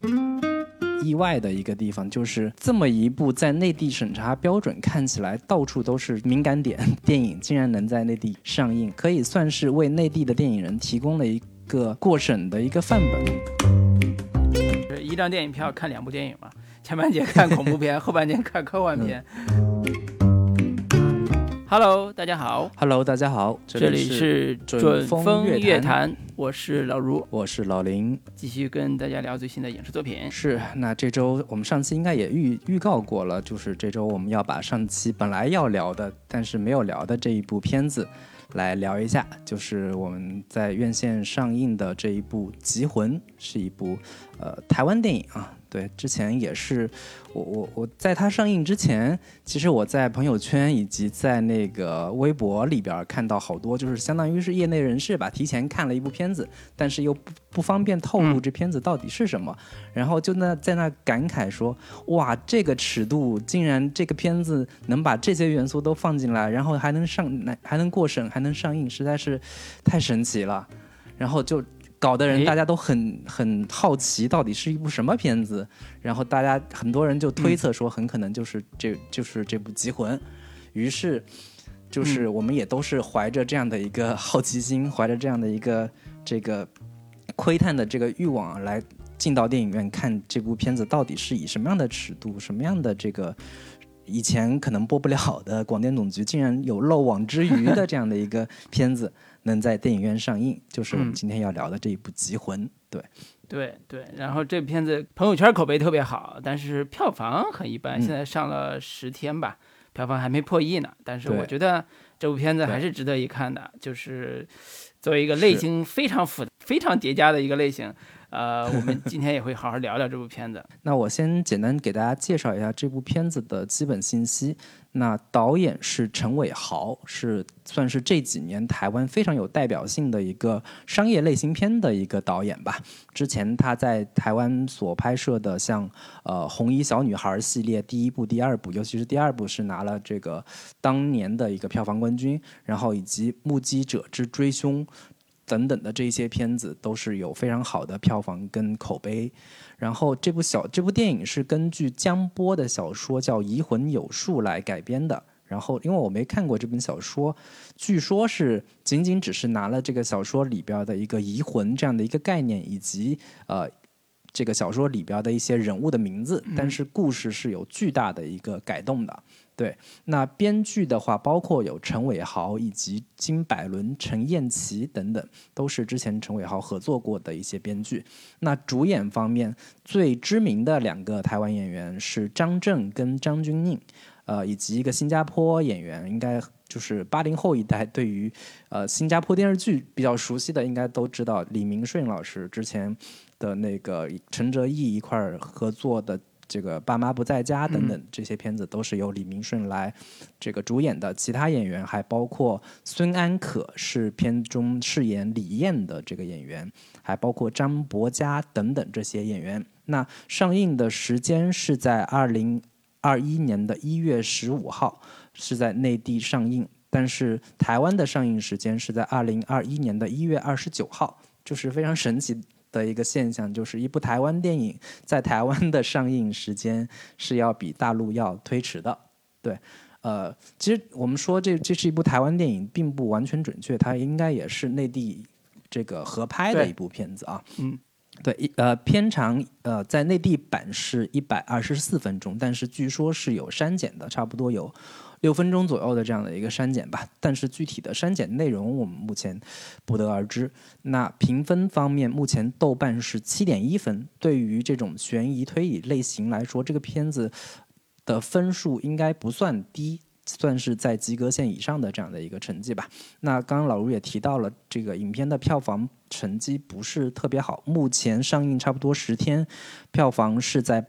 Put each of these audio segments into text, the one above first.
意外的一个地方，就是这么一部在内地审查标准看起来到处都是敏感点电影，竟然能在内地上映，可以算是为内地的电影人提供了一个过审的一个范本。 一张电影票看2部电影嘛，前半节看恐怖片，后半节看科幻片。Hello， 大家好。 Hello， 大家好， 这里是准风乐坛，我是老卢， 我是老林， 继续跟大家聊最新的影视作品。 是，那这周我们上期应该也预告过了，就是这周我们要把上期本来要聊的，但是没有聊的这一部片子来聊一下，就是我们在院线上映的这一部《极魂》，是一部台湾电影啊。对，之前也是我在它上映之前，其实我在朋友圈以及在那个微博里边看到好多，就是相当于是业内人士吧，提前看了一部片子，但是又不方便透露这片子到底是什么，然后就在那感慨说，哇，这个尺度竟然这个片子能把这些元素都放进来，然后还能过审，还能上映，实在是太神奇了。然后就搞得人大家都很好奇，到底是一部什么片子。然后很多人就推测说，很可能就是这部《极魂》。于是，就是我们也都是怀着这样的一个好奇心，怀着这样的一个这个窥探的这个欲望来进到电影院看这部片子，到底是以什么样的尺度，什么样的这个以前可能播不了的广电总局竟然有漏网之鱼的这样的一个片子。能在电影院上映，就是我们今天要聊的这一部《极魂》。对， 然后这片子朋友圈口碑特别好，但是票房很一般，现在上了10天吧，票房还没破亿呢。但是我觉得这部片子还是值得一看的，就是作为一个类型非常非常叠加的一个类型。我们今天也会好好聊聊这部片子。 那我先简单给大家介绍一下这部片子的基本信息。那导演是陈伟豪，算是这几年台湾非常有代表性的一个商业类型片的一个导演吧。之前他在台湾所拍摄的像红衣小女孩系列第1部、第2部，尤其是第2部是拿了这个当年的一个票房冠军，然后以及目击者之追凶等等的这些片子都是有非常好的票房跟口碑。然后这部电影是根据江波的小说叫《移魂有术》来改编的。然后因为我没看过这本小说，据说是仅仅只是拿了这个小说里边的一个移魂这样的一个概念，以及这个小说里边的一些人物的名字，但是故事是有巨大的一个改动的。对，那编剧的话包括有陈伟豪以及金百伦、陈燕琪等等，都是之前陈伟豪合作过的一些编剧。那主演方面最知名的2个台湾演员是张震跟张钧甯，以及一个新加坡演员，应该就是80后一代对于新加坡电视剧比较熟悉的应该都知道，李明顺老师之前的那个陈哲艺一块合作的这个爸妈不在家等等，这些片子都是由李明顺来这个主演的。其他演员还包括孙安可，是片中饰演李艳的这个演员，还包括张柏嘉等等这些演员。那上映的时间是在2021年的1月15号是在内地上映，但是台湾的上映时间是在2021年的1月29号，就是非常神奇的一个现象，就是一部台湾电影在台湾的上映时间是要比大陆要推迟的。对，其实我们说这是一部台湾电影并不完全准确，它应该也是内地这个合拍的一部片子啊。对，片长在内地版是124分钟，但是据说是有删减的，差不多有6分钟左右的这样的一个删减吧，但是具体的删减内容我们目前不得而知。那评分方面，目前豆瓣是7.1分，对于这种悬疑推理类型来说，这个片子的分数应该不算低，算是在及格线以上的这样的一个成绩吧。那刚刚老卢也提到了，这个影片的票房成绩不是特别好，目前上映差不多10天，票房是在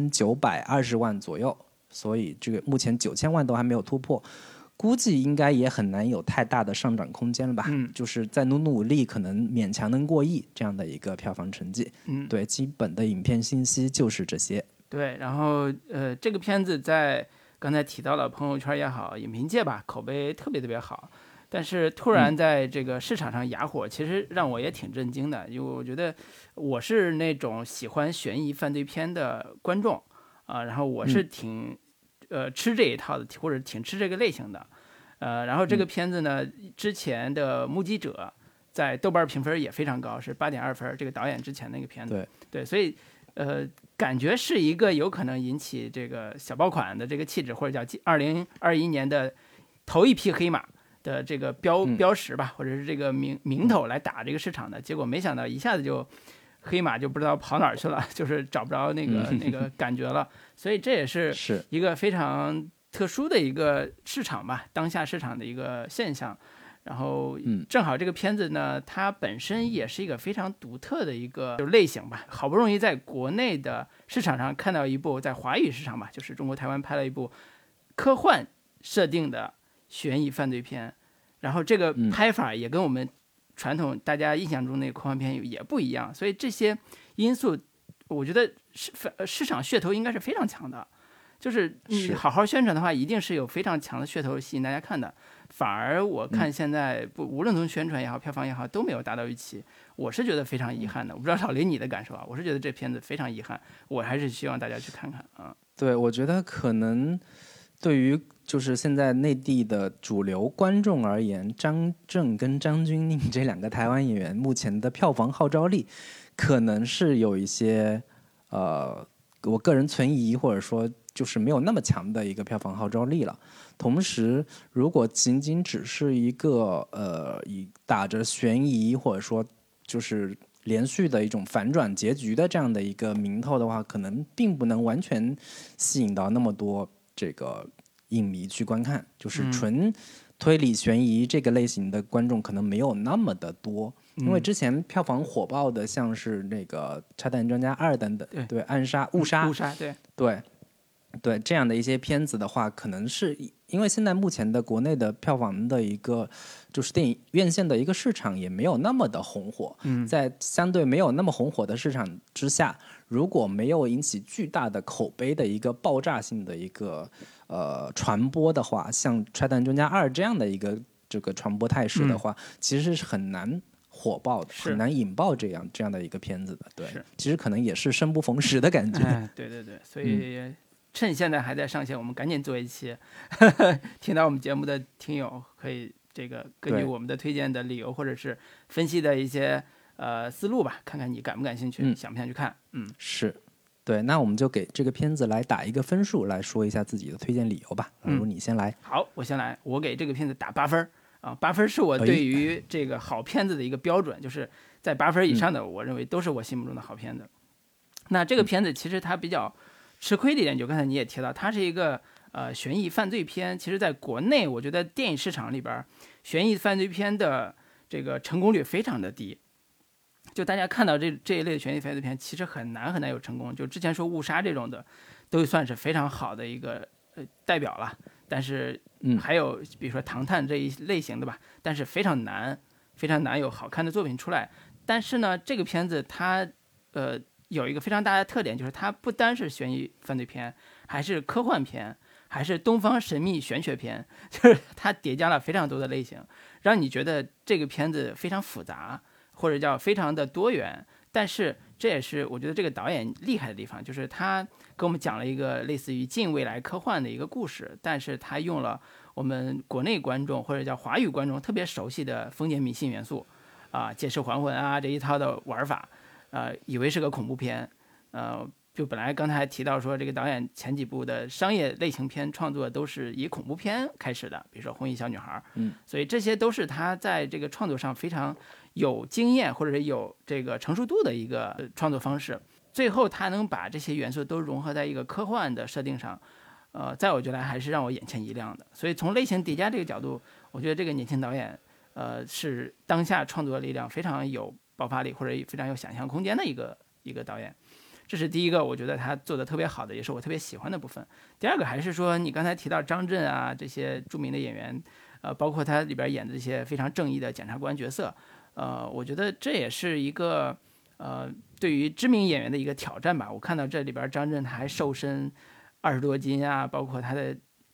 8920万左右，所以这个目前9000万都还没有突破，估计应该也很难有太大的上涨空间了吧。就是再努力可能勉强能过亿这样的一个票房成绩。对，基本的影片信息就是这些。 对，然后这个片子在刚才提到了朋友圈也好，影评界吧，口碑特别好。 但是突然在这个市场上哑火，其实让我也挺震惊的，因为我觉得我是那种喜欢悬疑犯罪片的观众啊，然后我是挺吃这一套的，或者挺吃这个类型的，然后这个片子呢，之前的《目击者》在豆瓣评分也非常高，是8.2分，这个导演之前那个片子，对，所以感觉是一个有可能引起这个小爆款的这个气质，或者叫2021年的头一批黑马的这个标识吧，或者是这个名头来打这个市场的，结果没想到一下子就黑马就不知道跑哪儿去了，就是找不着那个感觉了，所以这也是一个非常特殊的一个市场吧，当下市场的一个现象。然后正好这个片子呢，它本身也是一个非常独特的一个类型吧，好不容易在国内的市场上看到一部，在华语市场吧，就是中国台湾拍了一部科幻设定的悬疑犯罪片，然后这个拍法也跟我们传统大家印象中那个科幻片也不一样，所以这些因素我觉得市场噱头应该是非常强的，就是你好好宣传的话一定是有非常强的噱头吸引大家看的，反而我看现在无论从宣传也好票房也好都没有达到预期，我是觉得非常遗憾的。我不知道老林你的感受啊，我是觉得这片子非常遗憾，我还是希望大家去看看啊。 对，我觉得可能对于就是现在内地的主流观众而言，张震跟张钧甯这2个台湾演员目前的票房号召力可能是有一些我个人存疑，或者说就是没有那么强的一个票房号召力了。同时如果仅仅只是一个以打着悬疑或者说就是连续的一种反转结局的这样的一个名头的话，可能并不能完全吸引到那么多这个影迷去观看，就是纯推理悬疑这个类型的观众可能没有那么的多，因为之前票房火爆的像是那个《拆弹专家2》等等，对，暗杀、误杀，对这样的一些片子的话，可能是因为现在目前的国内的票房的一个就是电影院线的一个市场也没有那么的红火，在相对没有那么红火的市场之下，如果没有引起巨大的口碑的一个爆炸性的一个传播的话，像《拆弹专家2》这样的一个这个传播态势的话，其实是很难火爆的，很难引爆这样的一个片子的。对，其实可能也是生不逢时的感觉。 对，所以趁现在还在上线，我们赶紧做一期。听到我们节目的听友可以这个根据我们的推荐的理由或者是分析的一些思路吧，看看你感不感兴趣，想不想去看。 是。对，那我们就给这个片子来打一个分数，来说一下自己的推荐理由吧。如你先来。 好，我先来。我给这个片子打8分啊，8分是我对于这个好片子的一个标准，就是在8分以上的，我认为都是我心目中的好片子。那这个片子其实它比较吃亏的一点，就刚才你也提到，它是一个悬疑犯罪片。其实在国内我觉得电影市场里边悬疑犯罪片的这个成功率非常的低，就大家看到这一类的悬疑犯罪片其实很难有成功，就之前说误杀这种的都算是非常好的一个代表了，但是还有比如说唐探这一类型的吧，但是非常难有好看的作品出来。但是呢这个片子它有一个非常大的特点，就是它不单是悬疑犯罪片，还是科幻片，还是东方神秘玄学片，就是它叠加了非常多的类型，让你觉得这个片子非常复杂，或者叫非常的多元。但是这也是我觉得这个导演厉害的地方，就是他给我们讲了一个类似于近未来科幻的一个故事，但是他用了我们国内观众或者叫华语观众特别熟悉的封建迷信元素借尸还魂啊这一套的玩法，以为是个恐怖片，就本来刚才还提到说这个导演前几部的商业类型片创作都是以恐怖片开始的，比如说《红衣小女孩》，所以这些都是他在这个创作上非常有经验或者是有这个成熟度的一个创作方式。最后他能把这些元素都融合在一个科幻的设定上，在我觉得还是让我眼前一亮的。所以从类型叠加这个角度，我觉得这个年轻导演是当下创作力量非常有爆发力或者非常有想象空间的一个导演。这是第一个我觉得他做的特别好的，也是我特别喜欢的部分。第二个还是说你刚才提到张震啊这些著名的演员，包括他里边演的这些非常正义的检察官角色，我觉得这也是一个对于知名演员的一个挑战吧。我看到这里边张震他还瘦身20多斤啊，包括他的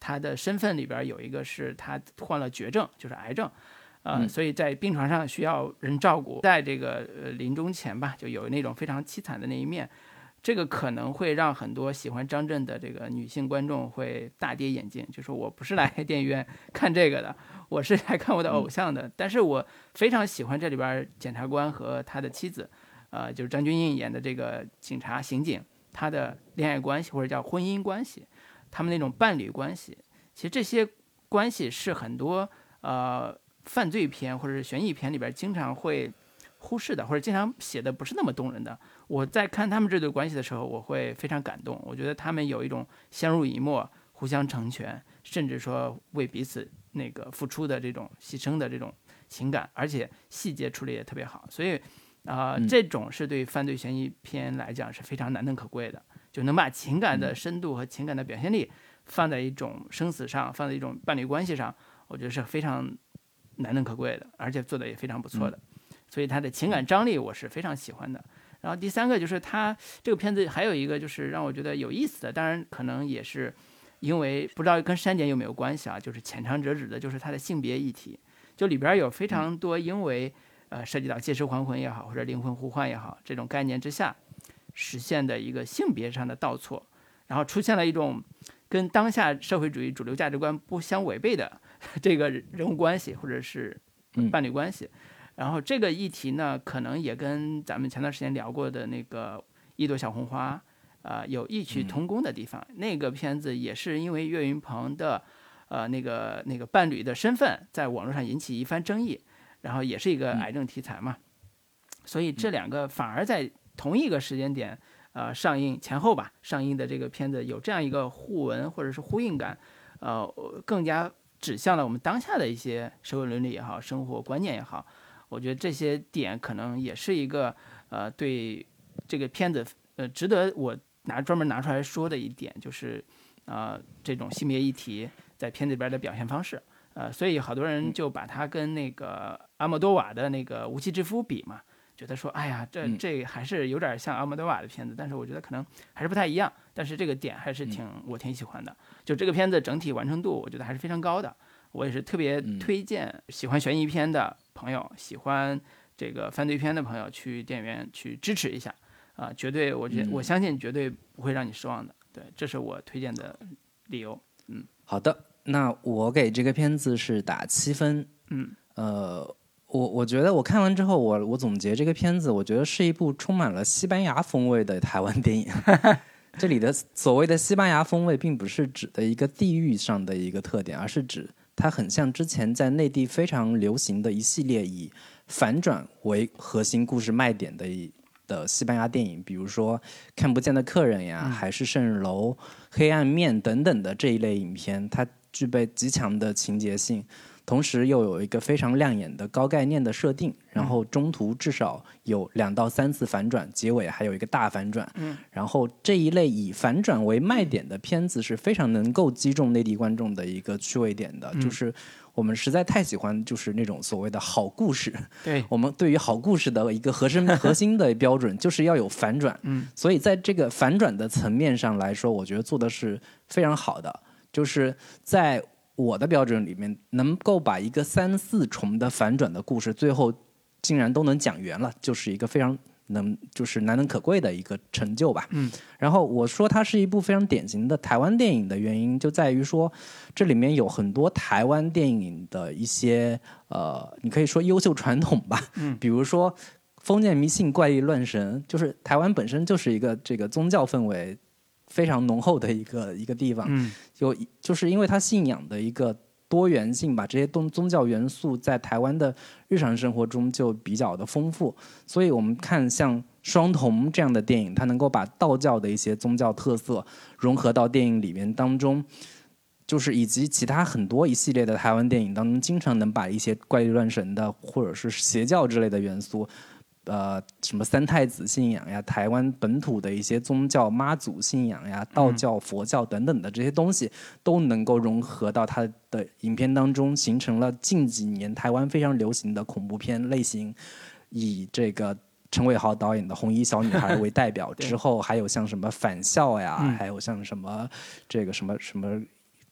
他的身份里边有一个是他患了绝症，就是癌症，所以在病床上需要人照顾，在这个临终前吧，就有那种非常凄惨的那一面。这个可能会让很多喜欢张震的这个女性观众会大跌眼镜，就是我不是来电影院看这个的，我是来看我的偶像的。但是我非常喜欢这里边检察官和他的妻子，就是张钧甯演的这个刑警，他的恋爱关系或者叫婚姻关系，他们那种伴侣关系，其实这些关系是很多犯罪片或者是悬疑片里边经常会忽视的，或者经常写的不是那么动人的。我在看他们这对关系的时候，我会非常感动。我觉得他们有一种相濡以沫、互相成全，甚至说为彼此那个付出的这种牺牲的这种情感，而且细节处理也特别好。所以这种是对犯罪悬疑片来讲是非常难能可贵的，就能把情感的深度和情感的表现力放在一种生死上，放在一种伴侣关系上，我觉得是非常难能可贵的，而且做的也非常不错的。所以它的情感张力我是非常喜欢的。然后第三个就是它这个片子还有一个就是让我觉得有意思的，当然可能也是因为不知道跟删减有没有关系啊，就是浅尝辄止的，就是它的性别议题，就里边有非常多因为涉及到借尸还魂也好，或者灵魂互换也好，这种概念之下实现的一个性别上的倒错，然后出现了一种跟当下社会主义主流价值观不相违背的这个人物关系或者是伴侣关系。然后这个议题呢，可能也跟咱们前段时间聊过的那个一朵小红花有异曲同工的地方。那个片子也是因为岳云鹏的那个伴侣的身份在网络上引起一番争议，然后也是一个癌症题材嘛，所以这两个反而在同一个时间点上映前后吧，上映的这个片子有这样一个互文或者是呼应感，更加指向了我们当下的一些社会伦理也好，生活观念也好。我觉得这些点可能也是一个对这个片子值得我专门拿出来说的一点，就是这种性别议题在片子里边的表现方式。所以好多人就把它跟那个阿莫多瓦的那个《无妻之夫》比嘛，觉得说哎呀这还是有点像阿莫多瓦的片子，但是我觉得可能还是不太一样。但是这个点还是我挺喜欢的，就这个片子整体完成度我觉得还是非常高的。我也是特别推荐喜欢悬疑片的朋友，喜欢这个犯罪片的朋友去电影院去支持一下绝对我相信绝对不会让你失望的。对，这是我推荐的理由。 好的，那我给这个片子是打7分。我觉得我看完之后，我总结这个片子，我觉得是一部充满了西班牙风味的台湾电影。这里的所谓的西班牙风味，并不是指的一个地域上的一个特点，而是指它很像之前在内地非常流行的一系列以反转为核心故事卖点的西班牙电影，比如说《看不见的客人》呀，还是《圣人楼》、《黑暗面》等等的这一类影片，它具备极强的情节性，同时又有一个非常亮眼的高概念的设定，然后中途至少有2到3次反转，结尾还有一个大反转。然后这一类以反转为卖点的片子是非常能够击中内地观众的一个趣味点的，就是我们实在太喜欢就是那种所谓的好故事。 对， 我们对于好故事的一个核心的标准就是要有反转。所以在这个反转的层面上来说，我觉得做的是非常好的，就是在我的标准里面，能够把一个3、4重的反转的故事，最后竟然都能讲圆了，就是一个非常就是难能可贵的一个成就吧。然后我说它是一部非常典型的台湾电影的原因，就在于说这里面有很多台湾电影的一些你可以说优秀传统吧。比如说封建迷信、怪力乱神，就是台湾本身就是一个这个宗教氛围非常浓厚的一个地方。就是因为它信仰的一个多元性吧，这些宗教元素在台湾的日常生活中就比较的丰富，所以我们看像双瞳这样的电影，它能够把道教的一些宗教特色融合到电影里面当中，就是以及其他很多一系列的台湾电影当中，经常能把一些怪力乱神的或者是邪教之类的元素，什么三太子信仰呀，台湾本土的一些宗教妈祖信仰呀，道教、佛教等等的这些东西，都能够融合到它的影片当中，形成了近几年台湾非常流行的恐怖片类型，以这个陈伟豪导演的《红衣小女孩》为代表之后，还有像什么返校呀，还有像什么这个什么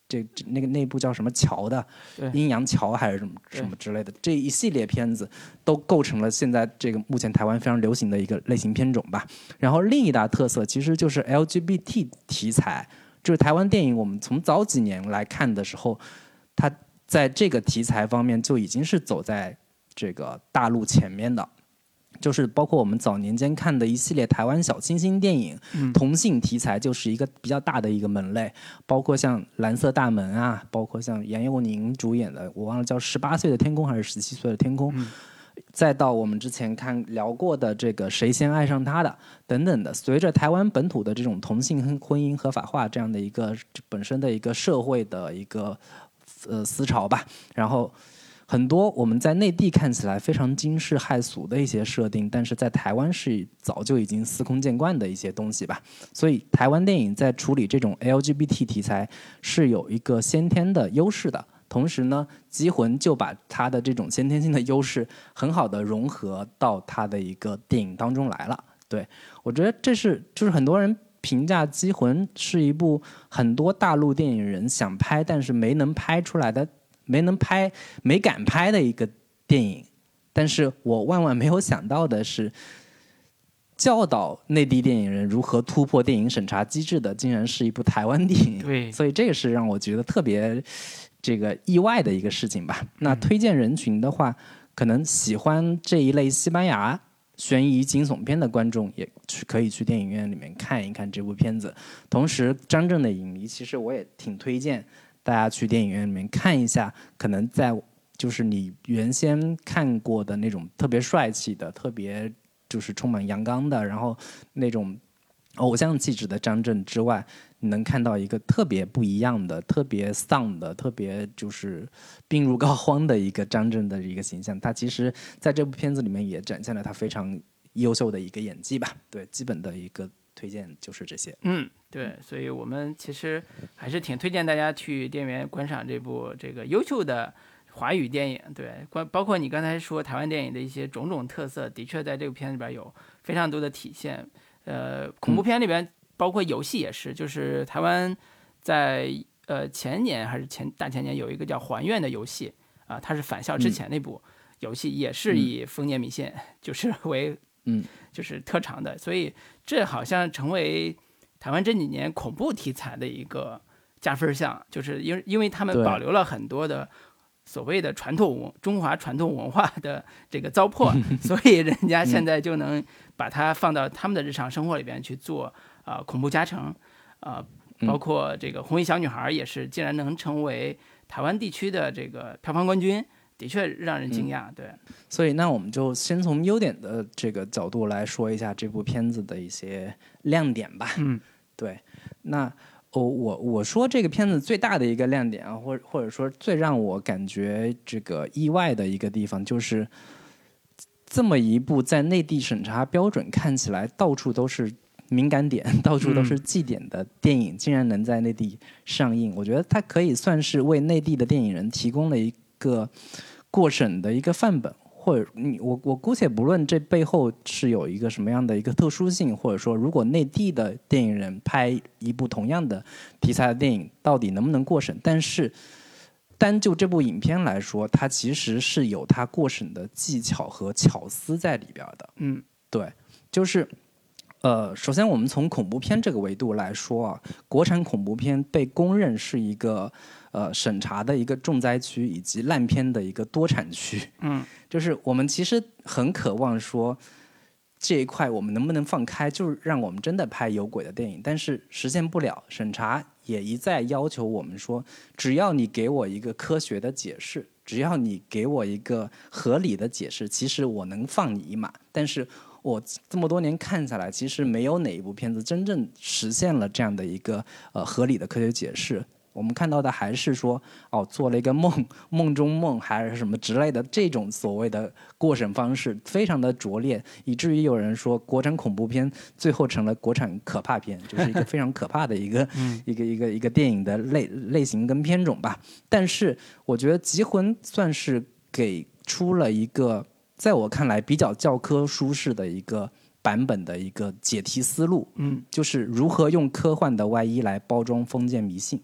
那部叫什么桥的，阴阳桥还是什么之类的，这一系列片子都构成了现在这个目前台湾非常流行的一个类型片种吧。然后另一大特色其实就是 LGBT 题材，就是台湾电影我们从早几年来看的时候，它在这个题材方面就已经是走在这个大陆前面的。就是包括我们早年间看的一系列台湾小清新电影，同性题材就是一个比较大的一个门类，包括像《蓝色大门》啊，包括像杨佑宁主演的，我忘了叫18岁的天空还是17岁的天空，再到我们之前聊过的这个谁先爱上他的等等的。随着台湾本土的这种同性婚姻合法化这样的一个本身的一个社会的一个思潮吧，然后很多我们在内地看起来非常惊世骇俗的一些设定，但是在台湾是早就已经司空见惯的一些东西吧。所以台湾电影在处理这种 LGBT 题材是有一个先天的优势的，同时呢，机魂就把它的这种先天性的优势很好的融合到它的一个电影当中来了。对，我觉得这是就是很多人评价《机魂》是一部很多大陆电影人想拍但是没能拍出来的。没敢拍的一个电影，但是我万万没有想到的是，教导内地电影人如何突破电影审查机制的，竟然是一部台湾电影。 对， 所以这个是让我觉得特别这个意外的一个事情吧。那推荐人群的话，可能喜欢这一类西班牙悬疑惊悚片的观众也可以去电影院里面看一看这部片子。同时，张震的影迷其实我也挺推荐大家去电影院里面看一下，可能在就是你原先看过的那种特别帅气的、特别就是充满阳刚的，然后那种偶像气质的张震之外，你能看到一个特别不一样的、特别丧的、特别就是病入膏肓的一个张震的一个形象。他其实在这部片子里面也展现了他非常优秀的一个演技吧。对，基本的一个推荐就是这些。 对，所以我们其实还是挺推荐大家去电影院观赏这个优秀的华语电影。对，包括你刚才说台湾电影的一些种种特色，的确在这个片里边有非常多的体现。恐怖片里边包括游戏也是，就是台湾在前年还是大前年有一个叫《还愿》的游戏啊，它是返校之前那部游戏，也是以丰年米线就是为就是特长的，所以这好像成为台湾这几年恐怖题材的一个加分项，就是因为他们保留了很多的所谓的中华传统文化的这个糟粕，所以人家现在就能把它放到他们的日常生活里边去做恐怖加成包括这个红衣小女孩也是，竟然能成为台湾地区的这个票房冠军，的确让人惊讶。对， 所以那我们就先从优点的这个角度来说一下这部片子的一些亮点吧。对，那我说这个片子最大的一个亮点啊，或者说最让我感觉这个意外的一个地方，就是这么一部在内地审查标准看起来到处都是敏感点、到处都是忌点的电影，竟然能在内地上映。我觉得它可以算是为内地的电影人提供了一个过审的一个范本。或者我姑且不论这背后是有一个什么样的一个特殊性，或者说如果内地的电影人拍一部同样的题材的电影到底能不能过审，但是单就这部影片来说，它其实是有它过审的技巧和巧思在里边的。对，就是首先我们从恐怖片这个维度来说啊，国产恐怖片被公认是一个审查的一个重灾区以及烂片的一个多产区。就是我们其实很渴望说这一块我们能不能放开，就是让我们真的拍有轨的电影，但是实现不了。审查也一再要求我们说，只要你给我一个科学的解释，只要你给我一个合理的解释，其实我能放你一马。但是我这么多年看下来，其实没有哪一部片子真正实现了这样的一个合理的科学解释。我们看到的还是说做了一个梦中梦还是什么之类的这种所谓的过审方式，非常的拙劣，以至于有人说国产恐怖片最后成了国产可怕片，就是一个非常可怕的一个一个电影的类型跟片种吧。但是我觉得《极魂》算是给出了一个在我看来比较教科书式的一个版本的一个解题思路，就是如何用科幻的外衣来包装封建迷信。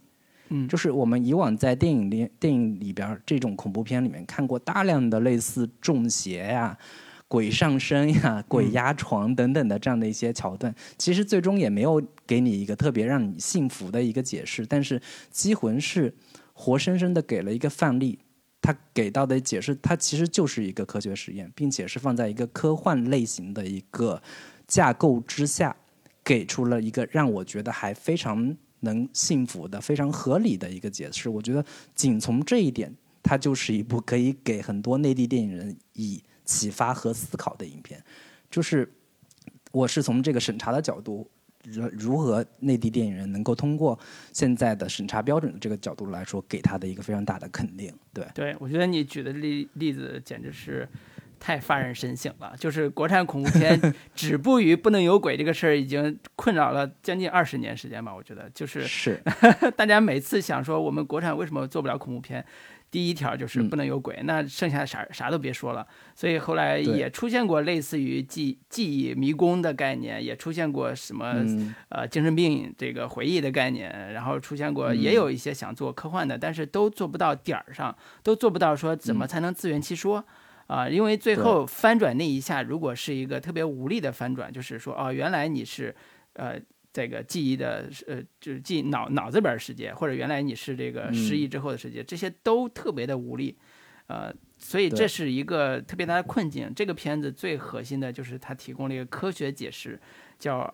就是我们以往在电影里边这种恐怖片里面看过大量的类似中邪呀、鬼上身呀、鬼压床等等的这样的一些桥段，其实最终也没有给你一个特别让你信服的一个解释。但是《机魂》是活生生的给了一个范例，他给到的解释，它其实就是一个科学实验，并且是放在一个科幻类型的一个架构之下，给出了一个让我觉得还非常能信服的、非常合理的一个解释。我觉得仅从这一点，它就是一部可以给很多内地电影人以启发和思考的影片。就是我是从这个审查的角度，如何内地电影人能够通过现在的审查标准的这个角度来说，给他的一个非常大的肯定。对， 我觉得你举的例子简直是太发人深省了。就是国产恐怖片止步于不能有鬼这个事儿，已经困扰了将近20年时间吧。我觉得就是大家每次想说我们国产为什么做不了恐怖片，第一条就是不能有鬼，那剩下的啥都别说了。所以后来也出现过类似于记忆迷宫的概念，也出现过什么精神病这个回忆的概念，然后出现过也有一些想做科幻的，但是都做不到点儿上，都做不到说怎么才能自圆其说。因为最后翻转那一下，如果是一个特别无力的翻转，就是说原来你是这个记忆的就是记忆脑子边世界，或者原来你是这个失忆之后的世界，这些都特别的无力。所以这是一个特别大的困境。这个片子最核心的就是它提供了一个科学解释，叫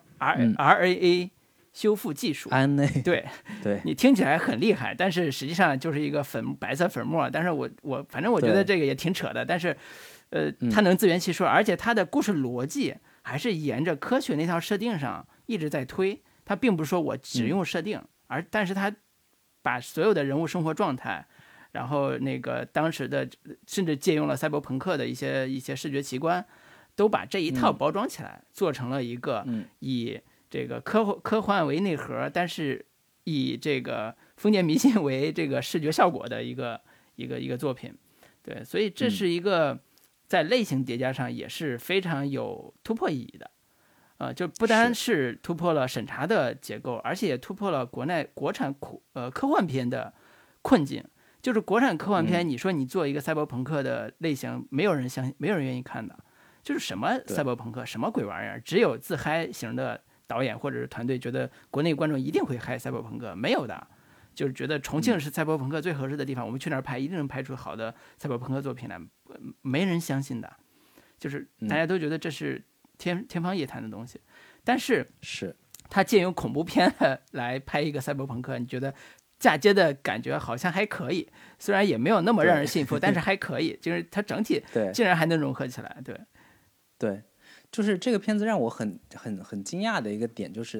RNA 修复技术。对，你听起来很厉害，但是实际上就是一个白色粉末。但是反正我觉得这个也挺扯的，但是它能自圆其说，而且它的故事逻辑还是沿着科学那套设定上一直在推。它并不是说我只用设定，但是它把所有的人物生活状态，然后那个当时的甚至借用了赛博朋克的一些视觉奇观，都把这一套包装起来，做成了一个以这个科幻为内核，但是以这个封建迷信为这个视觉效果的一个作品。对，所以这是一个在类型叠加上也是非常有突破意义的。就不单是突破了审查的结构，而且也突破了国产科幻片的困境。就是国产科幻片，你说你做一个赛博朋克的类型，没有人愿意看的。就是什么赛博朋克，什么鬼玩意儿，只有自嗨型的导演或者是团队觉得国内观众一定会嗨赛博朋克，没有的。就是觉得重庆是赛博朋克最合适的地方，我们去那儿拍一定能拍出好的赛博朋克作品来，没人相信的。就是大家都觉得这是天方夜谭的东西，但是他借用恐怖片来拍一个赛博朋克，你觉得嫁接的感觉好像还可以，虽然也没有那么让人信服，但是还可以，就是它整体竟然还能融合起来。 对，就是这个片子让我很惊讶的一个点就是，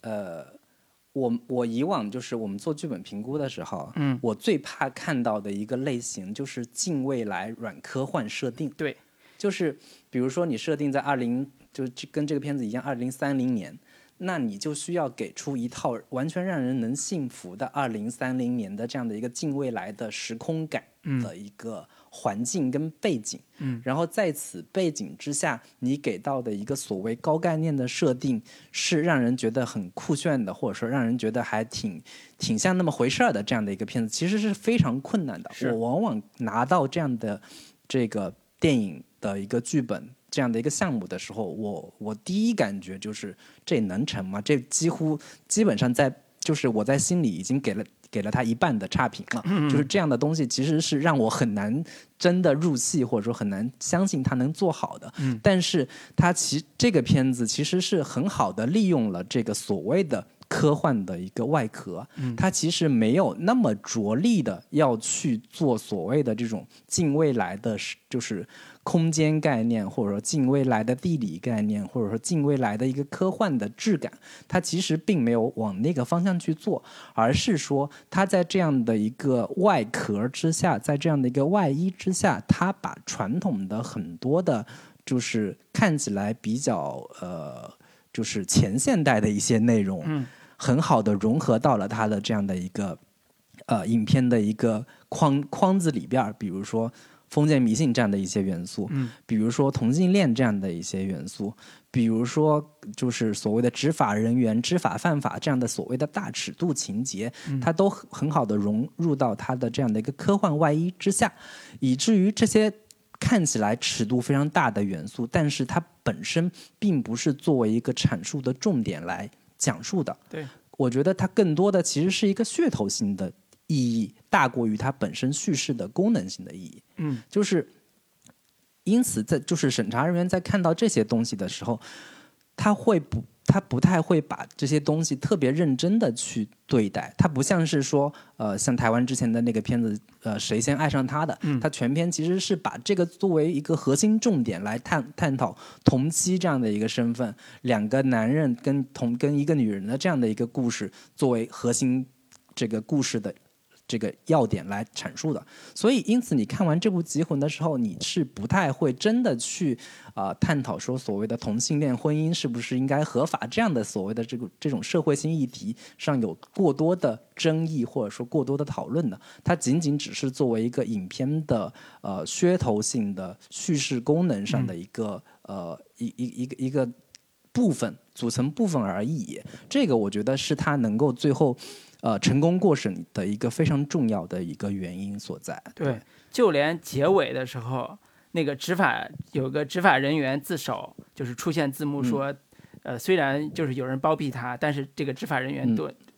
我以往就是我们做剧本评估的时候，我最怕看到的一个类型就是近未来软科幻设定。 对， 就是比如说你设定在就跟这个片子一样2030年，那你就需要给出一套完全让人能信服的2030年的这样的一个近未来的时空感的一个环境跟背景，然后在此背景之下，你给到的一个所谓高概念的设定是让人觉得很酷炫的，或者说让人觉得还挺像那么回事的这样的一个片子，其实是非常困难的。我往往拿到这样的这个电影的一个剧本这样的一个项目的时候，我第一感觉就是这能成吗？这基本上就是我在心里已经给了他一半的差评了。就是这样的东西其实是让我很难真的入戏，或者说很难相信他能做好的。但是这个片子其实是很好的利用了这个所谓的科幻的一个外壳，它其实没有那么着力的要去做所谓的这种近未来的就是空间概念，或者说近未来的地理概念，或者说近未来的一个科幻的质感，它其实并没有往那个方向去做，而是说它在这样的一个外壳之下，在这样的一个外衣之下，它把传统的很多的就是看起来比较就是前现代的一些内容，很好的融合到了它的这样的一个影片的一个框子里边，比如说封建迷信这样的一些元素，比如说同性恋这样的一些元素，比如说就是所谓的执法人员知法犯法这样的所谓的大尺度情节，它都很好的融入到它的这样的一个科幻外衣之下，以至于这些看起来尺度非常大的元素，但是它本身并不是作为一个阐述的重点来讲述的。 对， 我觉得它更多的其实是一个噱头性的意义，大过于它本身叙事的功能性的意义。就是因此就是审查人员在看到这些东西的时候，他不太会把这些东西特别认真的去对待，它不像是说像台湾之前的那个片子谁先爱上他的，它全片其实是把这个作为一个核心重点来探讨同妻这样的一个身份，两个男人跟一个女人的这样的一个故事作为核心这个故事的这个要点来阐述的。所以因此你看完这部《极魂》的时候，你是不太会真的去探讨说所谓的同性恋婚姻是不是应该合法这样的所谓的这种社会性议题上有过多的争议或者说过多的讨论的。它仅仅只是作为一个影片的噱头性的叙事功能上的一个一个部分组成部分而已。这个我觉得是它能够最后成功过审的一个非常重要的一个原因所在。 对，就连结尾的时候，那个有个执法人员自首，就是出现字幕说，虽然就是有人包庇他，但是这个执法人员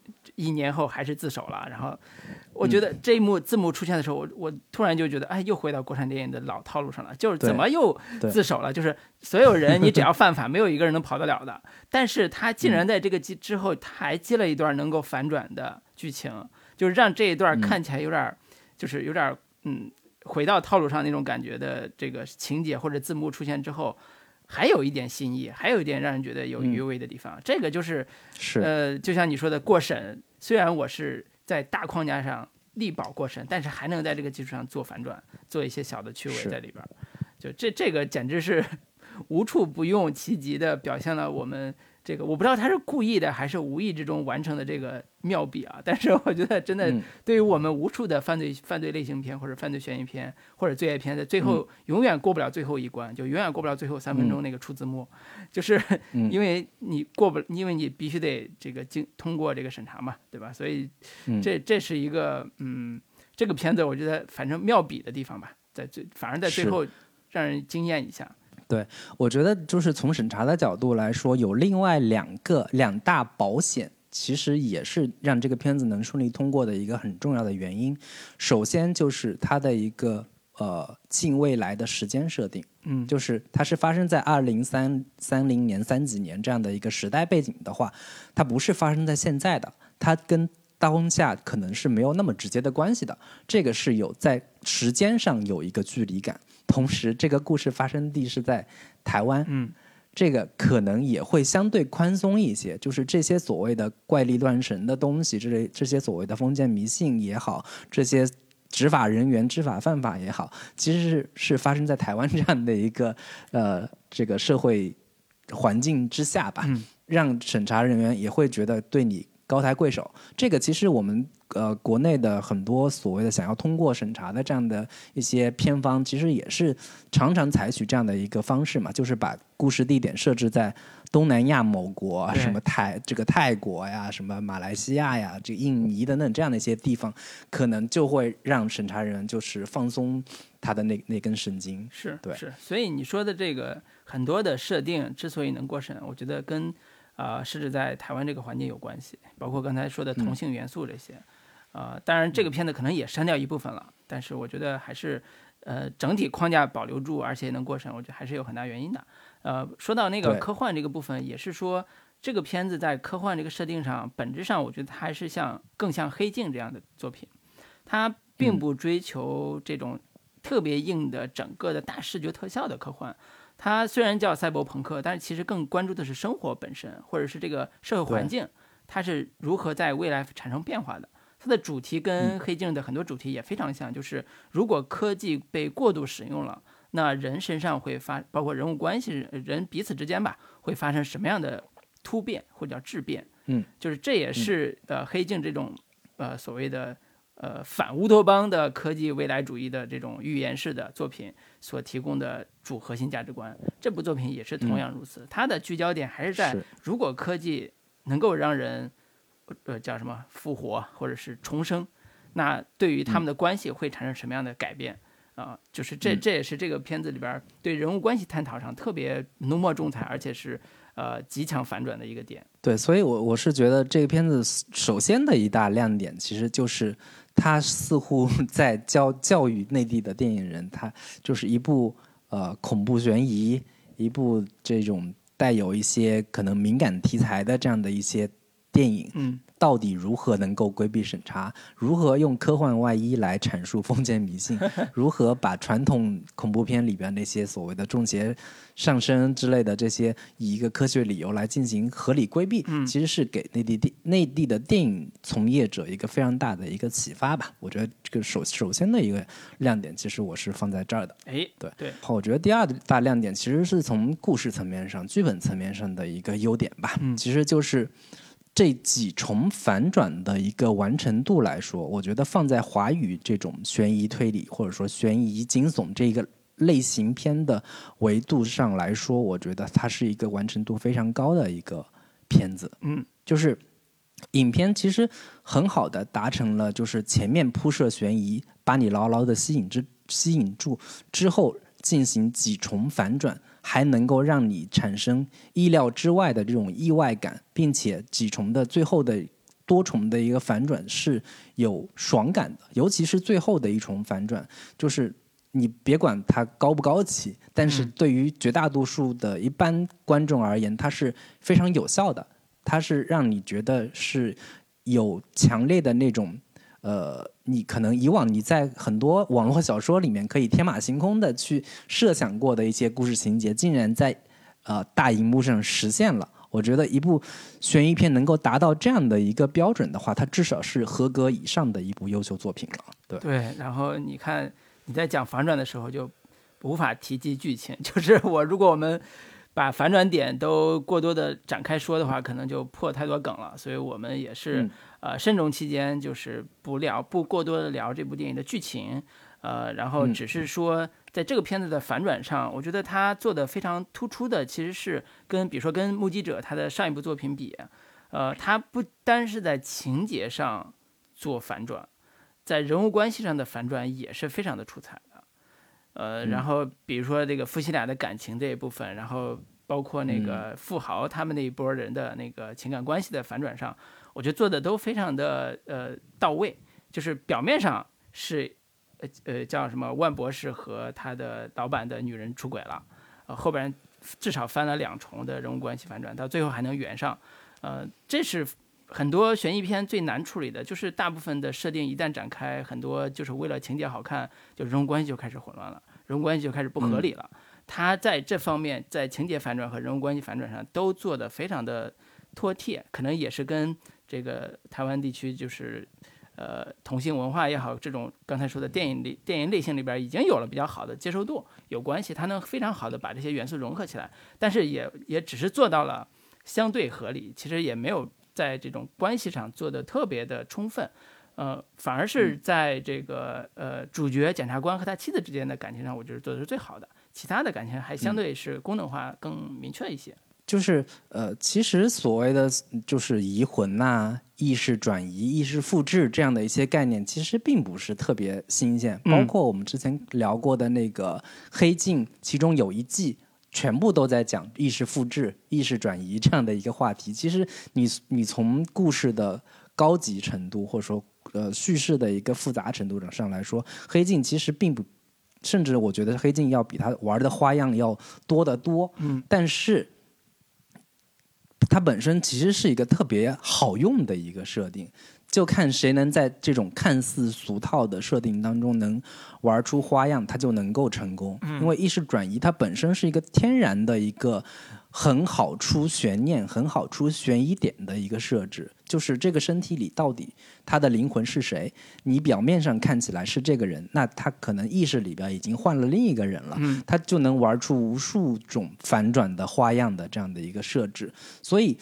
1年后还是自首了。然后我觉得这一幕字幕出现的时候，我突然就觉得，哎，又回到国产电影的老套路上了，就是怎么又自首了？就是所有人你只要犯法，没有一个人能跑得了的。但是他竟然在这个之后，他还接了一段能够反转的剧情，就是让这一段看起来有点，就是有点回到套路上那种感觉的这个情节或者字幕出现之后，还有一点新意，还有一点让人觉得有余味的地方。这个就是就像你说的过审，虽然我是在大框架上力保过审，但是还能在这个基础上做反转，做一些小的趣味在里边。就这个简直是无处不用其极的表现了我们这个，我不知道他是故意的还是无意之中完成的这个妙笔啊！但是我觉得真的对于我们无数的犯罪类型片或者犯罪悬疑片或者罪恶片，在最后永远过不了最后一关，就永远过不了最后3分钟那个出字幕，就是因为你因为你必须得这个通过这个审查嘛，对吧？所以这是一个这个片子我觉得反正妙笔的地方吧，反而在最后让人惊艳一下。 对，我觉得就是从审查的角度来说，有另外两大保险，其实也是让这个片子能顺利通过的一个很重要的原因。首先就是它的一个近未来的时间设定，就是它是发生在2030年30几年这样的一个时代背景的话，它不是发生在现在的，它跟当下可能是没有那么直接的关系的，这个是有在时间上有一个距离感。同时这个故事发生地是在台湾，这个可能也会相对宽松一些，就是这些所谓的怪力乱神的东西，这些所谓的封建迷信也好，这些执法人员知法犯法也好，其实是发生在台湾这样的一个这个社会环境之下吧，让审查人员也会觉得对你高抬贵手。这个其实我们国内的很多所谓的想要通过审查的这样的一些片方，其实也是常常采取这样的一个方式嘛，就是把故事地点设置在东南亚某国，什么泰国呀，什么马来西亚呀，这印尼等等这样的一些地方，可能就会让审查人员就是放松他的那根神经。对， 是，所以你说的这个很多的设定之所以能过审，我觉得跟设置在台湾这个环境有关系，包括刚才说的同性元素这些。当然这个片子可能也删掉一部分了，但是我觉得还是整体框架保留住，而且能过审，我觉得还是有很大原因的。说到那个科幻这个部分，也是说这个片子在科幻这个设定上，本质上我觉得它还是更像黑镜这样的作品，它并不追求这种特别硬的整个的大视觉特效的科幻。它虽然叫赛博朋克，但是其实更关注的是生活本身，或者是这个社会环境，它是如何在未来产生变化的。它的主题跟黑镜的很多主题也非常像，就是如果科技被过度使用了，那人身上会包括人物关系，人彼此之间吧，会发生什么样的突变或者叫质变。就是这也是黑镜这种所谓的反乌托邦的科技未来主义的这种预言式的作品所提供的主核心价值观。这部作品也是同样如此，它的聚焦点还是在如果科技能够让人叫什么复活或者是重生，那对于他们的关系会产生什么样的改变就是这也是这个片子里边对人物关系探讨上特别浓墨重彩，而且是极强反转的一个点。 对，所以我是觉得这个片子首先的一大亮点其实就是它似乎在教育内地的电影人，它就是一部恐怖悬疑，一部这种带有一些可能敏感题材的这样的一些电影，到底如何能够规避审查，如何用科幻外衣来阐述封建迷信，如何把传统恐怖片里边那些所谓的重邪上身之类的这些以一个科学理由来进行合理规避，其实是给内地的电影从业者一个非常大的一个启发吧。我觉得这个首先的一个亮点其实我是放在这儿的。对。好，我觉得第二大亮点其实是从故事层面上、剧本层面上的一个优点吧，其实就是这几重反转的一个完成度来说，我觉得放在华语这种悬疑推理或者说悬疑惊悚这个类型片的维度上来说，我觉得它是一个完成度非常高的一个片子。就是影片其实很好的达成了就是前面铺设悬疑，把你牢牢的吸引住之后进行几重反转，还能够让你产生意料之外的这种意外感，并且几重的最后的多重的一个反转是有爽感的。尤其是最后的一重反转，就是你别管它高不高级，但是对于绝大多数的一般观众而言，它是非常有效的，它是让你觉得是有强烈的那种你可能以往你在很多网络小说里面可以天马行空的去设想过的一些故事情节，竟然在大荧幕上实现了。我觉得一部悬疑片能够达到这样的一个标准的话，它至少是合格以上的一部优秀作品了。 对，然后你看你在讲反转的时候就无法提及剧情，就是如果我们把反转点都过多的展开说的话，可能就破太多梗了，所以我们也是慎重期间就是不过多的聊这部电影的剧情，然后只是说在这个片子的反转上，我觉得他做的非常突出的其实是比如说跟目击者他的上一部作品比，他不单是在情节上做反转，在人物关系上的反转也是非常的出彩的。然后比如说这个夫妻俩的感情这一部分，然后包括那个富豪他们那一波人的那个情感关系的反转上，我觉得做的都非常的到位。就是表面上是叫什么万博士和他的老板的女人出轨了，后边至少翻了2重的人物关系反转，到最后还能圆上。这是很多悬疑片最难处理的，就是大部分的设定一旦展开，很多就是为了情节好看，就人物关系就开始混乱了，人物关系就开始不合理了。他在这方面，在情节反转和人物关系反转上都做得非常的妥帖，可能也是跟这个台湾地区就是同性文化也好，这种刚才说的电影类型里边已经有了比较好的接受度有关系，他能非常好的把这些元素融合起来，但是也只是做到了相对合理，其实也没有在这种关系上做的特别的充分，反而是在这个主角检察官和他妻子之间的感情上，我觉得做的是最好的，其他的感情还相对是功能化更明确一些。 就是其实所谓的就是移魂呐、意识转移、意识复制这样的一些概念，其实并不是特别新鲜。包括我们之前聊过的那个《黑镜》，其中有一季全部都在讲意识复制、意识转移这样的一个话题。其实你从故事的高级程度，或者说叙事的一个复杂程度上来说，《黑镜》其实并不，甚至我觉得《黑镜》要比它玩的花样要多得多。但是它本身其实是一个特别好用的一个设定，就看谁能在这种看似俗套的设定当中能玩出花样，它就能够成功。因为意识转移它本身是一个天然的一个很好出悬念、很好出悬疑点的一个设置，就是这个身体里到底他的灵魂是谁？你表面上看起来是这个人，那他可能意识里边已经换了另一个人了，他就能玩出无数种反转的花样的这样的一个设置。所以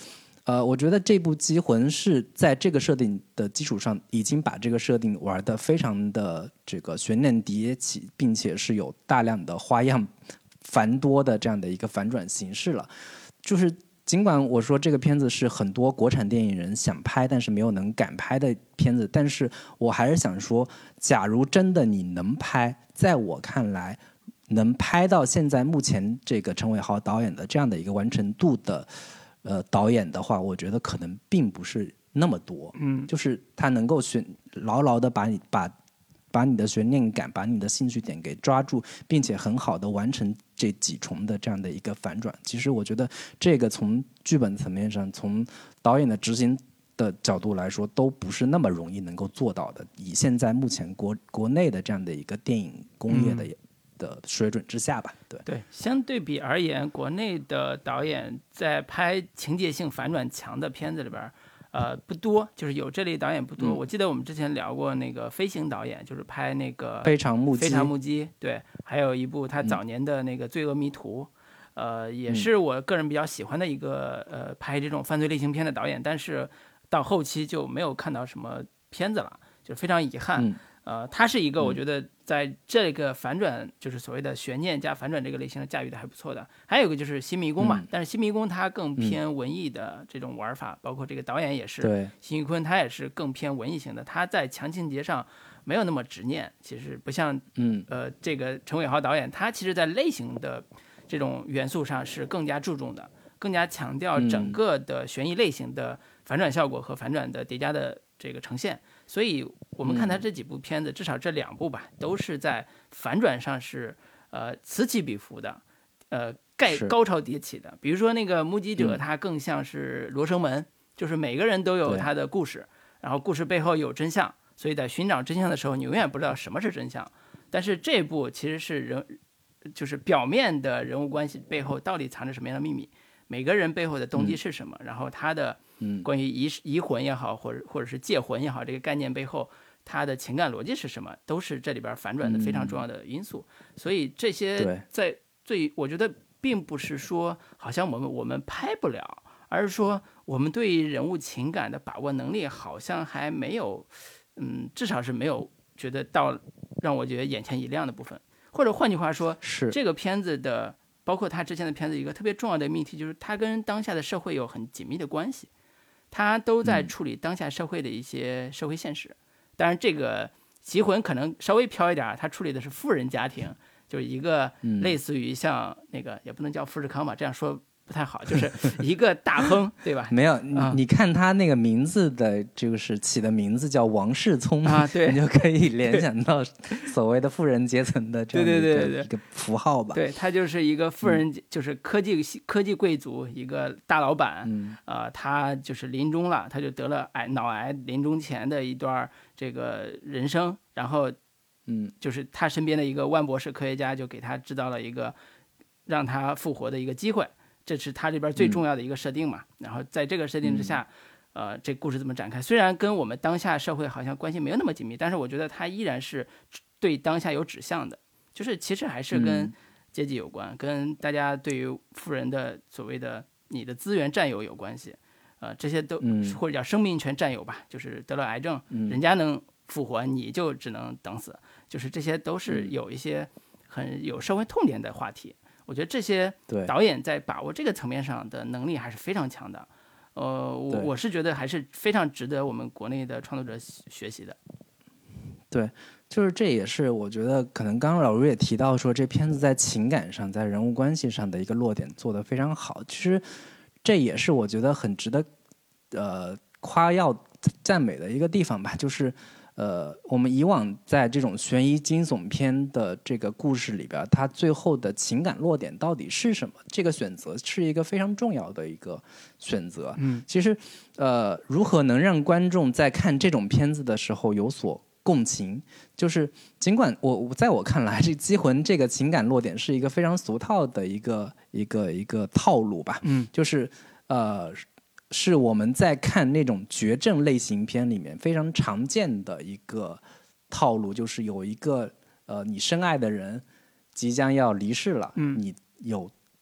我觉得这部《机魂》是在这个设定的基础上，已经把这个设定玩得非常的这个悬念迭起，并且是有大量的花样繁多的这样的一个反转形式了。就是尽管我说这个片子是很多国产电影人想拍但是没有能敢拍的片子，但是我还是想说，假如真的你能拍，在我看来能拍到现在目前这个陈伟豪导演的这样的一个完成度的导演的话，我觉得可能并不是那么多。就是他能够牢牢的把你的悬念感，把你的兴趣点给抓住，并且很好的完成这几重的这样的一个反转。其实我觉得这个从剧本层面上，从导演的执行的角度来说，都不是那么容易能够做到的。以现在目前国内的这样的一个电影工业的水准之下吧。 对，相对比而言，国内的导演在拍情节性反转强的片子里边不多，就是有这类导演不多。我记得我们之前聊过那个飞行导演，就是拍那个非常目击，对，还有一部他早年的那个罪恶迷途，也是我个人比较喜欢的一个拍这种犯罪类型片的导演，但是到后期就没有看到什么片子了，就非常遗憾。他是一个我觉得在这个反转，就是所谓的悬念加反转这个类型的驾驭的还不错的。还有一个就是新迷宫嘛，但是新迷宫它更偏文艺的这种玩法，包括这个导演也是， 对， 辛玉坤他也是更偏文艺型的，他在强情节上没有那么执念，其实不像这个陈伟豪导演，他其实在类型的这种元素上是更加注重的，更加强调整个的悬疑类型的反转效果和反转的叠加的这个呈现。所以我们看他这几部片子，至少这2部吧，都是在反转上是此起彼伏的，高潮迭起的。比如说那个目击者，他更像是罗生门，就是每个人都有他的故事，然后故事背后有真相，所以在寻找真相的时候，你永远不知道什么是真相。但是这部其实是就是表面的人物关系背后到底藏着什么样的秘密，每个人背后的动机是什么，然后他的关于移魂也好，或者是借魂也好，这个概念背后他的情感逻辑是什么，都是这里边反转的非常重要的因素。所以这些我觉得并不是说好像我们拍不了，而是说我们对人物情感的把握能力好像还没有，至少是没有觉得到让我觉得眼前一亮的部分。或者换句话说， 是这个片子的，包括他之前的片子，一个特别重要的命题就是它跟当下的社会有很紧密的关系，它都在处理当下社会的一些社会现实。当然这个棋魂可能稍微飘一点，它处理的是富人家庭，就是一个类似于像那个也不能叫富士康吧，这样说不太好，就是一个大亨对吧？ 没有，你看他那个名字的，就是起的名字叫王世聪啊，对， 你就可以联想到所谓的富人阶层的这样的一个符号吧。 对，他就是一个富人，就是科技贵族，一个大老板。他就是临终了，他就得了脑癌，临终前的一段这个人生，然后就是他身边的一个万博士科学家就给他制造了一个让他复活的一个机会。这是他这边最重要的一个设定嘛，然后在这个设定之下，这故事怎么展开？虽然跟我们当下社会好像关系没有那么紧密，但是我觉得它依然是对当下有指向的，就是其实还是跟阶级有关，跟大家对于富人的所谓的你的资源占有有关系，这些都或者叫生命权占有吧，就是得了癌症，人家能复活，你就只能等死，就是这些都是有一些很有社会痛点的话题。我觉得这些导演在把握这个层面上的能力还是非常强的，我是觉得还是非常值得我们国内的创作者学习的。 对，就是这也是我觉得可能刚刚老卢也提到说，这片子在情感上、在人物关系上的一个落点做得非常好。其实这也是我觉得很值得夸耀、赞美的一个地方吧，就是。我们以往在这种悬疑惊悚片的这个故事里边，它最后的情感落点到底是什么？这个选择是一个非常重要的一个选择。其实如何能让观众在看这种片子的时候有所共情，就是尽管在我看来，这《机魂》这个情感落点是一个非常俗套的一个套路吧。就是是我们在看那种绝症类型片里面非常常见的一个套路，就是有一个你深爱的人即将要离世了，你有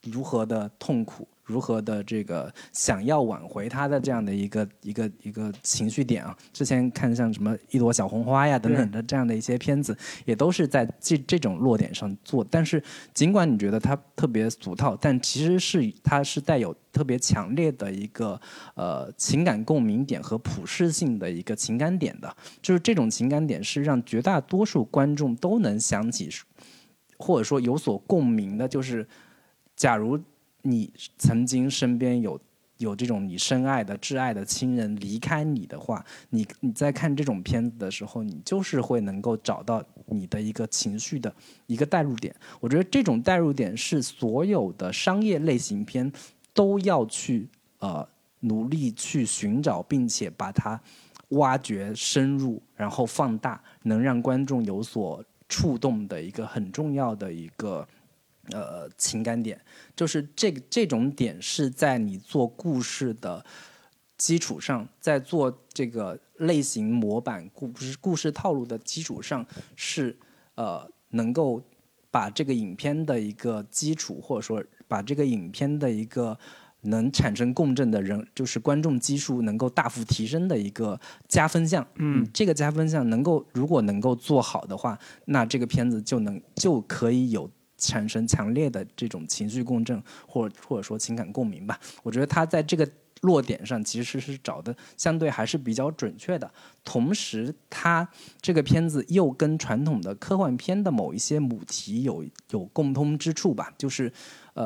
如何的痛苦，如何的这个想要挽回他的这样的一个情绪点啊。之前看像什么一朵小红花呀等等的这样的一些片子，也都是在这种落点上做。但是尽管你觉得它特别俗套，但其实它是带有特别强烈的一个情感共鸣点和普适性的一个情感点的，就是这种情感点是让绝大多数观众都能想起，或者说有所共鸣的，就是假如你曾经身边有这种你深爱的挚爱的亲人离开你的话，你在看这种片子的时候，你就是会能够找到你的一个情绪的一个代入点。我觉得这种代入点是所有的商业类型片都要去努力去寻找，并且把它挖掘深入，然后放大，能让观众有所触动的一个很重要的一个情感点。就是这种点是在你做故事的基础上，在做这个类型模板故事套路的基础上，是能够把这个影片的一个基础，或者说把这个影片的一个能产生共振的人，就是观众基数能够大幅提升的一个加分项。这个加分项如果能够做好的话，那这个片子就可以有产生强烈的这种情绪共振，或者说情感共鸣吧。我觉得他在这个落点上其实是找的相对还是比较准确的，同时他这个片子又跟传统的科幻片的某一些母题有共通之处吧，就是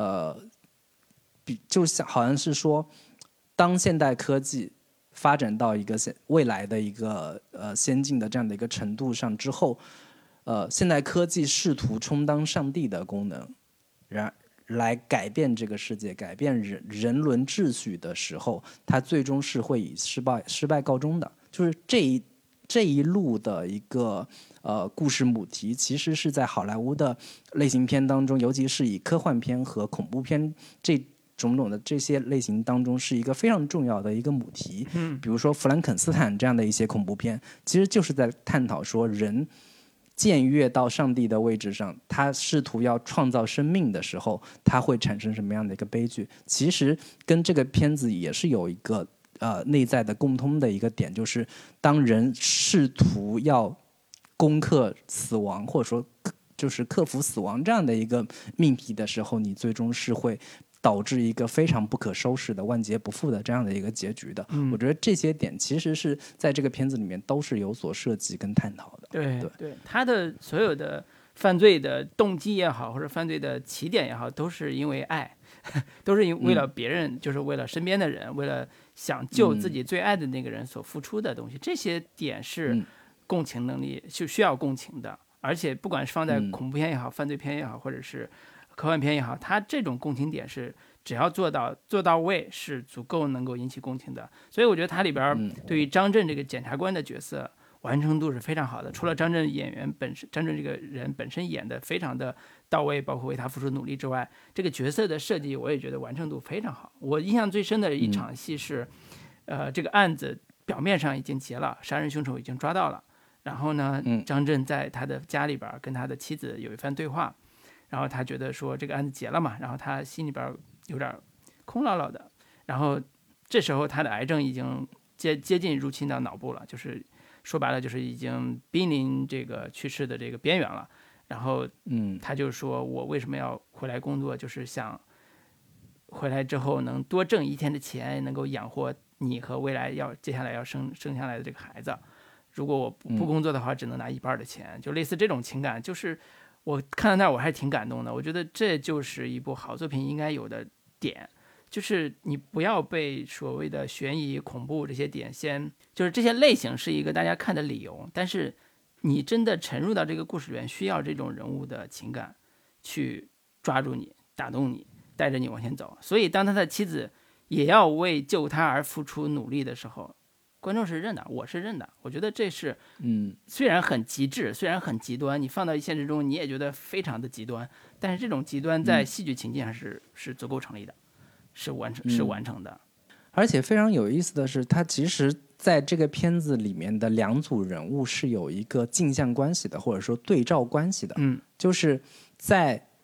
就好像是说，当现代科技发展到一个未来的一个先进的这样的一个程度上之后，现代科技试图充当上帝的功能，来改变这个世界，改变人伦秩序的时候，它最终是会以失败告终的。就是这一路的一个故事母题，其实是在好莱坞的类型片当中，尤其是以科幻片和恐怖片这种的这些类型当中，是一个非常重要的一个母题。比如说弗兰肯斯坦这样的一些恐怖片，其实就是在探讨说人僭越到上帝的位置上，他试图要创造生命的时候，他会产生什么样的一个悲剧。其实跟这个片子也是有一个内在的共通的一个点，就是当人试图要攻克死亡，或者说就是克服死亡这样的一个命题的时候，你最终是会导致一个非常不可收拾的万劫不复的这样的一个结局的。我觉得这些点其实是在这个片子里面都是有所涉及跟探讨的。 对，他的所有的犯罪的动机也好，或者犯罪的起点也好，都是因为爱，都是为了别人，就是为了身边的人，为了想救自己最爱的那个人所付出的东西。这些点是共情能力，是需要共情的。而且不管是放在恐怖片也好，犯罪片也好，或者是科幻片也好，它这种共情点是只要做到位，是足够能够引起共情的。所以我觉得它里边对于张震这个检察官的角色完成度是非常好的。除了张震这个人本身演的非常的到位，包括为他付出努力之外，这个角色的设计我也觉得完成度非常好。我印象最深的一场戏是，这个案子表面上已经结了，杀人凶手已经抓到了，然后呢，张震在他的家里边跟他的妻子有一番对话。然后他觉得说这个案子结了嘛，然后他心里边有点空落落的，然后这时候他的癌症已经接近入侵到脑部了，就是说白了就是已经濒临这个去世的这个边缘了。然后他就说我为什么要回来工作，就是想回来之后能多挣一天的钱，能够养活你和未来接下来要生下来的这个孩子。如果我不工作的话，只能拿一半的钱，就类似这种情感，就是我看到那儿我还是挺感动的。我觉得这就是一部好作品应该有的点，就是你不要被所谓的悬疑恐怖这些点就是这些类型是一个大家看的理由，但是你真的沉入到这个故事里面，需要这种人物的情感去抓住你，打动你，带着你往前走。所以当他的妻子也要为救他而付出努力的时候，观众是认的，我是认的。我觉得这是虽然很极致，虽然很极端，你放到现实中你也觉得非常的极端，但是这种极端在戏剧情境上是足够成立的，是完成的。 而且非常有意思的是，他其实在这个片子里面的两组人物是有一个镜像关系的，或者说对照关系的。就是在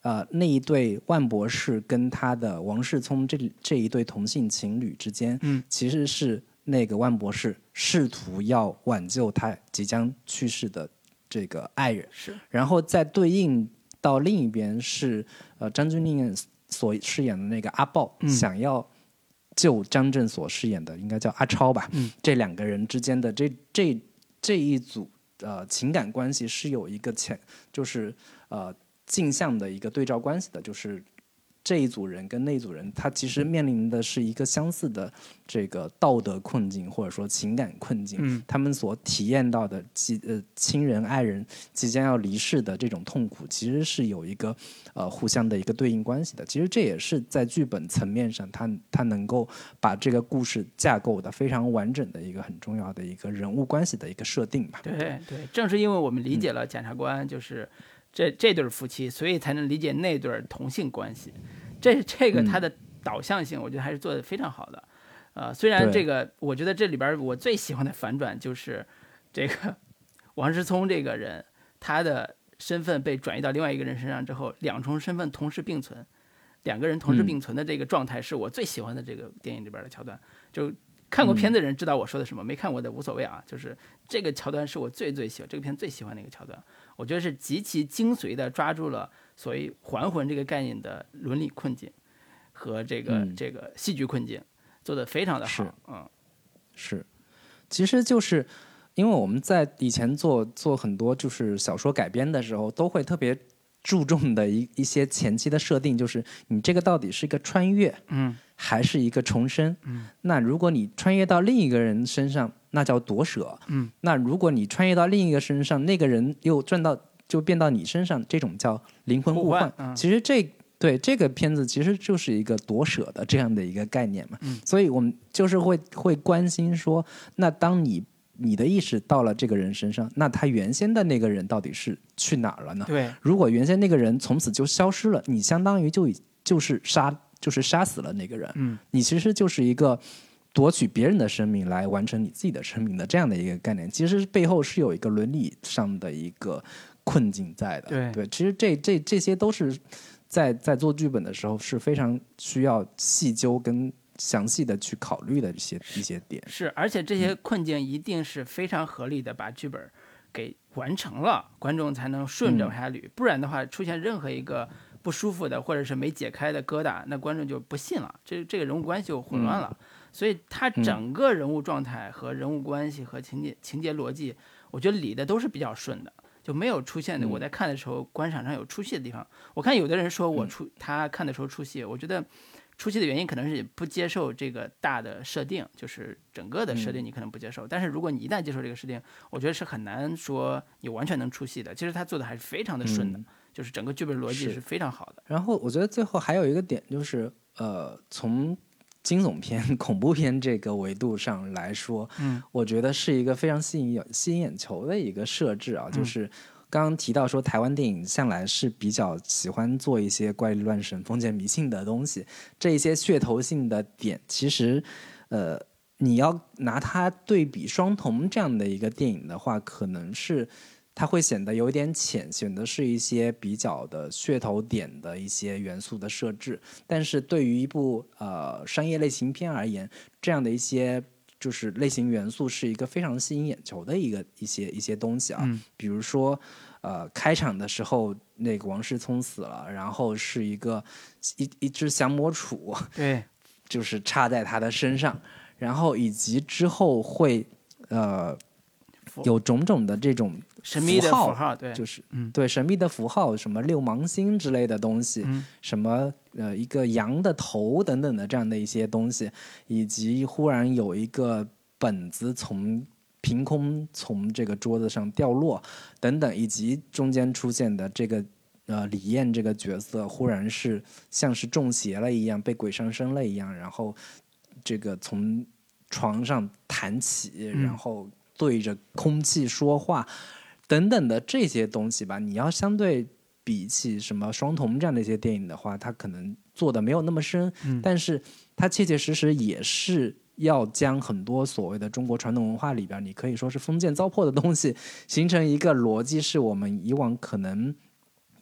那一对万博士跟他的王世聪这一对同性情侣之间，其实是那个万博士试图要挽救他即将去世的这个爱人， 是， 然后再对应到另一边是张钧甯所饰演的那个阿豹，想要救张震所饰演的应该叫阿超吧，这两个人之间的这一组情感关系是有一个就是镜像的一个对照关系的，就是这一组人跟那一组人，他其实面临的是一个相似的这个道德困境或者说情感困境，他们所体验到的亲人爱人即将要离世的这种痛苦，其实是有一个互相的一个对应关系的。其实这也是在剧本层面上，他能够把这个故事架构的非常完整的一个很重要的一个人物关系的一个设定吧。 对对，正是因为我们理解了检察官就是这对夫妻，所以才能理解那对同性关系。这个它的导向性，我觉得还是做得非常好的。虽然这个，我觉得这里边我最喜欢的反转就是这个王世聪这个人，他的身份被转移到另外一个人身上之后，两重身份同时并存，两个人同时并存的这个状态，是我最喜欢的这个电影里边的桥段。就看过片的人知道我说的什么，没看过的无所谓啊。就是这个桥段是我最喜欢这个片最喜欢的一个桥段，我觉得是极其精髓的抓住了所谓还魂这个概念的伦理困境和这个戏剧困境，做得非常的好。 是，其实就是因为我们在以前做很多就是小说改编的时候，都会特别注重的一些前期的设定，就是你这个到底是一个穿越，还是一个重生，那如果你穿越到另一个人身上，那叫夺舍，那如果你穿越到另一个身上，那个人又就变到你身上，这种叫灵魂互换。其实这个片子其实就是一个夺舍的这样的一个概念嘛，所以我们就是会关心说，那当你的意识到了这个人身上，那他原先的那个人到底是去哪儿了呢？ 对， 如果原先那个人从此就消失了，你相当于就是杀死了那个人，你其实就是一个夺取别人的生命来完成你自己的生命的这样的一个概念，其实背后是有一个伦理上的一个困境在的。对，其实这些都是在做剧本的时候是非常需要细究跟详细的去考虑的一些点。 是，而且这些困境一定是非常合理的把剧本给完成了，观众才能顺着往下捋，不然的话出现任何一个不舒服的或者是没解开的疙瘩，那观众就不信了，这个人物关系就混乱了。所以他整个人物状态和人物关系和情节逻辑，我觉得理的都是比较顺的，就没有出现的我在看的时候观赏上有出戏的地方。我看有的人说他看的时候出戏，我觉得出戏的原因可能是不接受这个大的设定，就是整个的设定你可能不接受，但是如果你一旦接受这个设定，我觉得是很难说你完全能出戏的。其实他做的还是非常的顺的，就是整个剧本逻辑是非常好的。 然后我觉得最后还有一个点就是从惊悚片恐怖片这个维度上来说，我觉得是一个非常吸引眼球的一个设置啊，就是刚刚提到说台湾电影向来是比较喜欢做一些怪力乱神封建迷信的东西，这一些噱头性的点其实你要拿它对比双瞳这样的一个电影的话，可能是它会显得有点浅，显得是一些比较的噱头点的一些元素的设置。但是对于一部商业类型片而言，这样的一些就是类型元素是一个非常吸引眼球的一些东西啊。比如说开场的时候那个王世聪死了，然后是一只降魔杵， 对， 就是插在他的身上，然后以及之后会有种种的这种神秘的符号，对， 就是对神秘的符号，什么六芒星之类的东西，什么一个羊的头等等的这样的一些东西，以及忽然有一个本子凭空从这个桌子上掉落等等，以及中间出现的这个李艳这个角色忽然是像是中邪了一样，被鬼上身了一样，然后这个从床上弹起，然后对着空气说话等等的这些东西吧，你要相对比起什么双瞳这样的一些电影的话，它可能做的没有那么深，但是它切切实实也是要将很多所谓的中国传统文化里边你可以说是封建糟粕的东西形成一个逻辑，是我们以往可能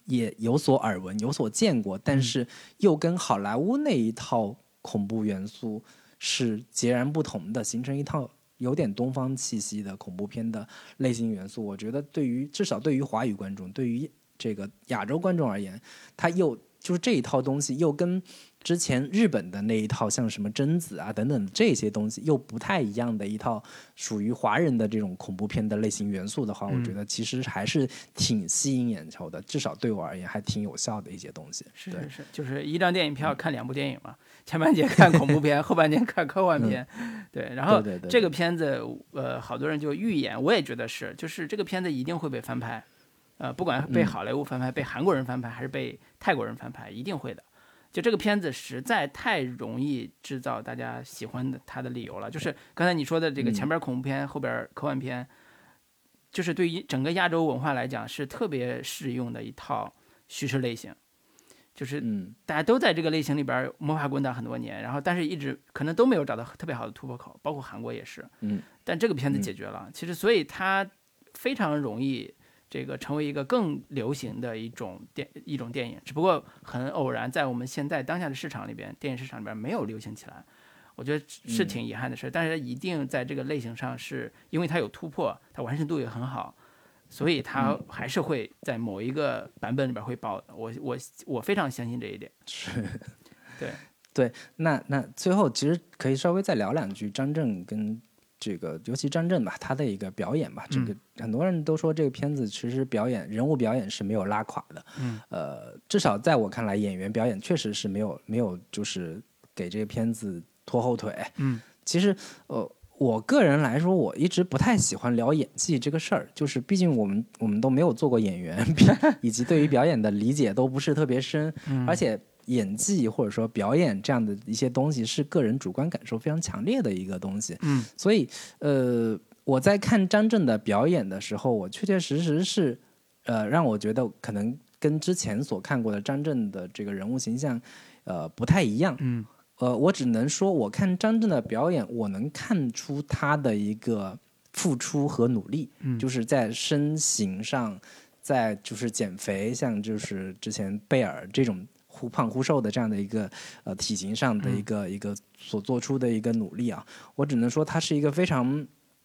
也有所耳闻有所见过，但是又跟好莱坞那一套恐怖元素是截然不同的，形成一套有点东方气息的恐怖片的类型元素。我觉得至少对于华语观众，对于这个亚洲观众而言，它又就是这一套东西又跟之前日本的那一套像什么贞子啊等等这些东西又不太一样的一套属于华人的这种恐怖片的类型元素的话，我觉得其实还是挺吸引眼球的，至少对我而言还挺有效的一些东西。 是，就是一张电影票看2部电影嘛，前半节看恐怖片，后半节看科幻片。对，然后这个片子好多人就预言，我也觉得是，就是这个片子一定会被翻拍。不管被好莱坞翻拍、被韩国人翻拍还是被泰国人翻拍，一定会的。就这个片子实在太容易制造大家喜欢它的理由了。就是刚才你说的这个前边恐怖片、后边科幻片，就是对于整个亚洲文化来讲是特别适用的一套叙事类型。就是大家都在这个类型里边摸爬滚打很多年，然后但是一直可能都没有找到特别好的突破口，包括韩国也是。但这个片子解决了，其实所以它非常容易这个成为一个更流行的一种电影，只不过很偶然在我们现在当下的市场里边，电影市场里边没有流行起来，我觉得是挺遗憾的事。但是一定在这个类型上是因为它有突破，它完成度也很好，所以它还是会在某一个版本里边会爆的。我非常相信这一点。 是， 对， 那最后其实可以稍微再聊2句张震跟这个尤其张震吧，他的一个表演吧，这个很多人都说这个片子其实人物表演是没有拉垮的，至少在我看来，演员表演确实是没有就是给这个片子拖后腿。其实我个人来说，我一直不太喜欢聊演技这个事儿，就是毕竟我们都没有做过演员，以及对于表演的理解都不是特别深，而且演技或者说表演这样的一些东西是个人主观感受非常强烈的一个东西。所以我在看张震的表演的时候，我确确实实是让我觉得可能跟之前所看过的张震的这个人物形象不太一样。我只能说我看张震的表演，我能看出他的一个付出和努力，就是在身形上，在就是减肥，像就是之前贝尔这种忽胖忽瘦的这样的一个体型上的一个所做出的一个努力啊，我只能说他是一个非常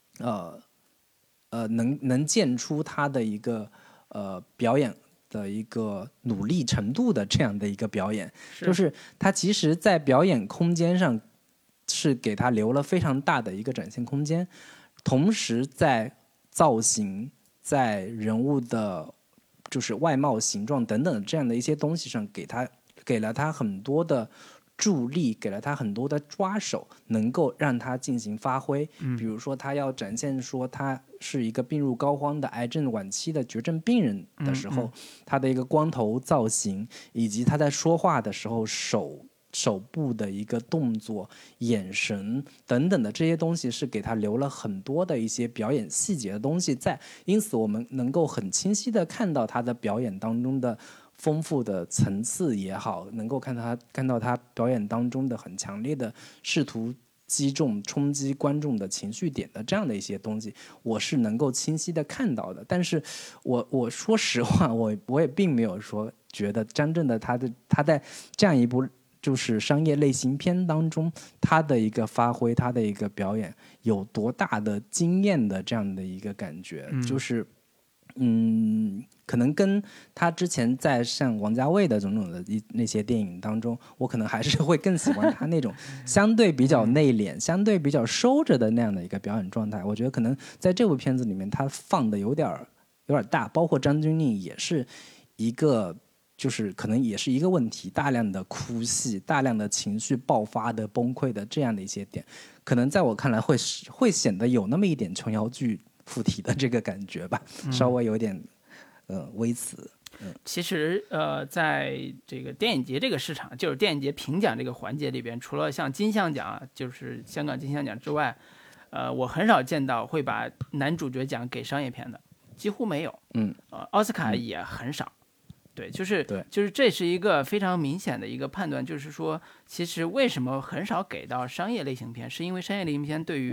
能见出他的一个表演的一个努力程度的这样的一个表演，就是他其实在表演空间上是给他留了非常大的一个展现空间，同时在造型在人物的就是外貌形状等等这样的一些东西上给了他很多的助力，给了他很多的抓手，能够让他进行发挥。比如说他要展现说他是一个病入膏肓的癌症晚期的绝症病人的时候，他的一个光头造型，以及他在说话的时候手部的一个动作、眼神等等的这些东西，是给他留了很多的一些表演细节的东西在，因此我们能够很清晰的看到他的表演当中的丰富的层次也好，能够看到他表演当中的很强烈的试图击中冲击观众的情绪点的这样的一些东西，我是能够清晰的看到的。但是我说实话，我也并没有说觉得张震的他在这样一部就是商业类型片当中，他的一个发挥，他的一个表演有多大的惊艳的这样的一个感觉，就是可能跟他之前在像王家卫的种种的那些电影当中，我可能还是会更喜欢他那种相对比较内敛、相对比较收着的那样的一个表演状态。我觉得可能在这部片子里面，他放的有点大，包括张钧甯也是一个。就是可能也是一个问题，大量的哭戏，大量的情绪爆发的崩溃的这样的一些点，可能在我看来会显得有那么一点琼瑶剧附体的这个感觉吧，稍微有点微词。 其实在这个电影节这个市场，就是电影节评奖这个环节里边，除了像金像奖，就是香港金像奖之外，我很少见到会把男主角奖给商业片的，几乎没有。奥斯卡也很少。对，就是这是一个非常明显的一个判断，就是说，其实为什么很少给到商业类型片，是因为商业类型片对于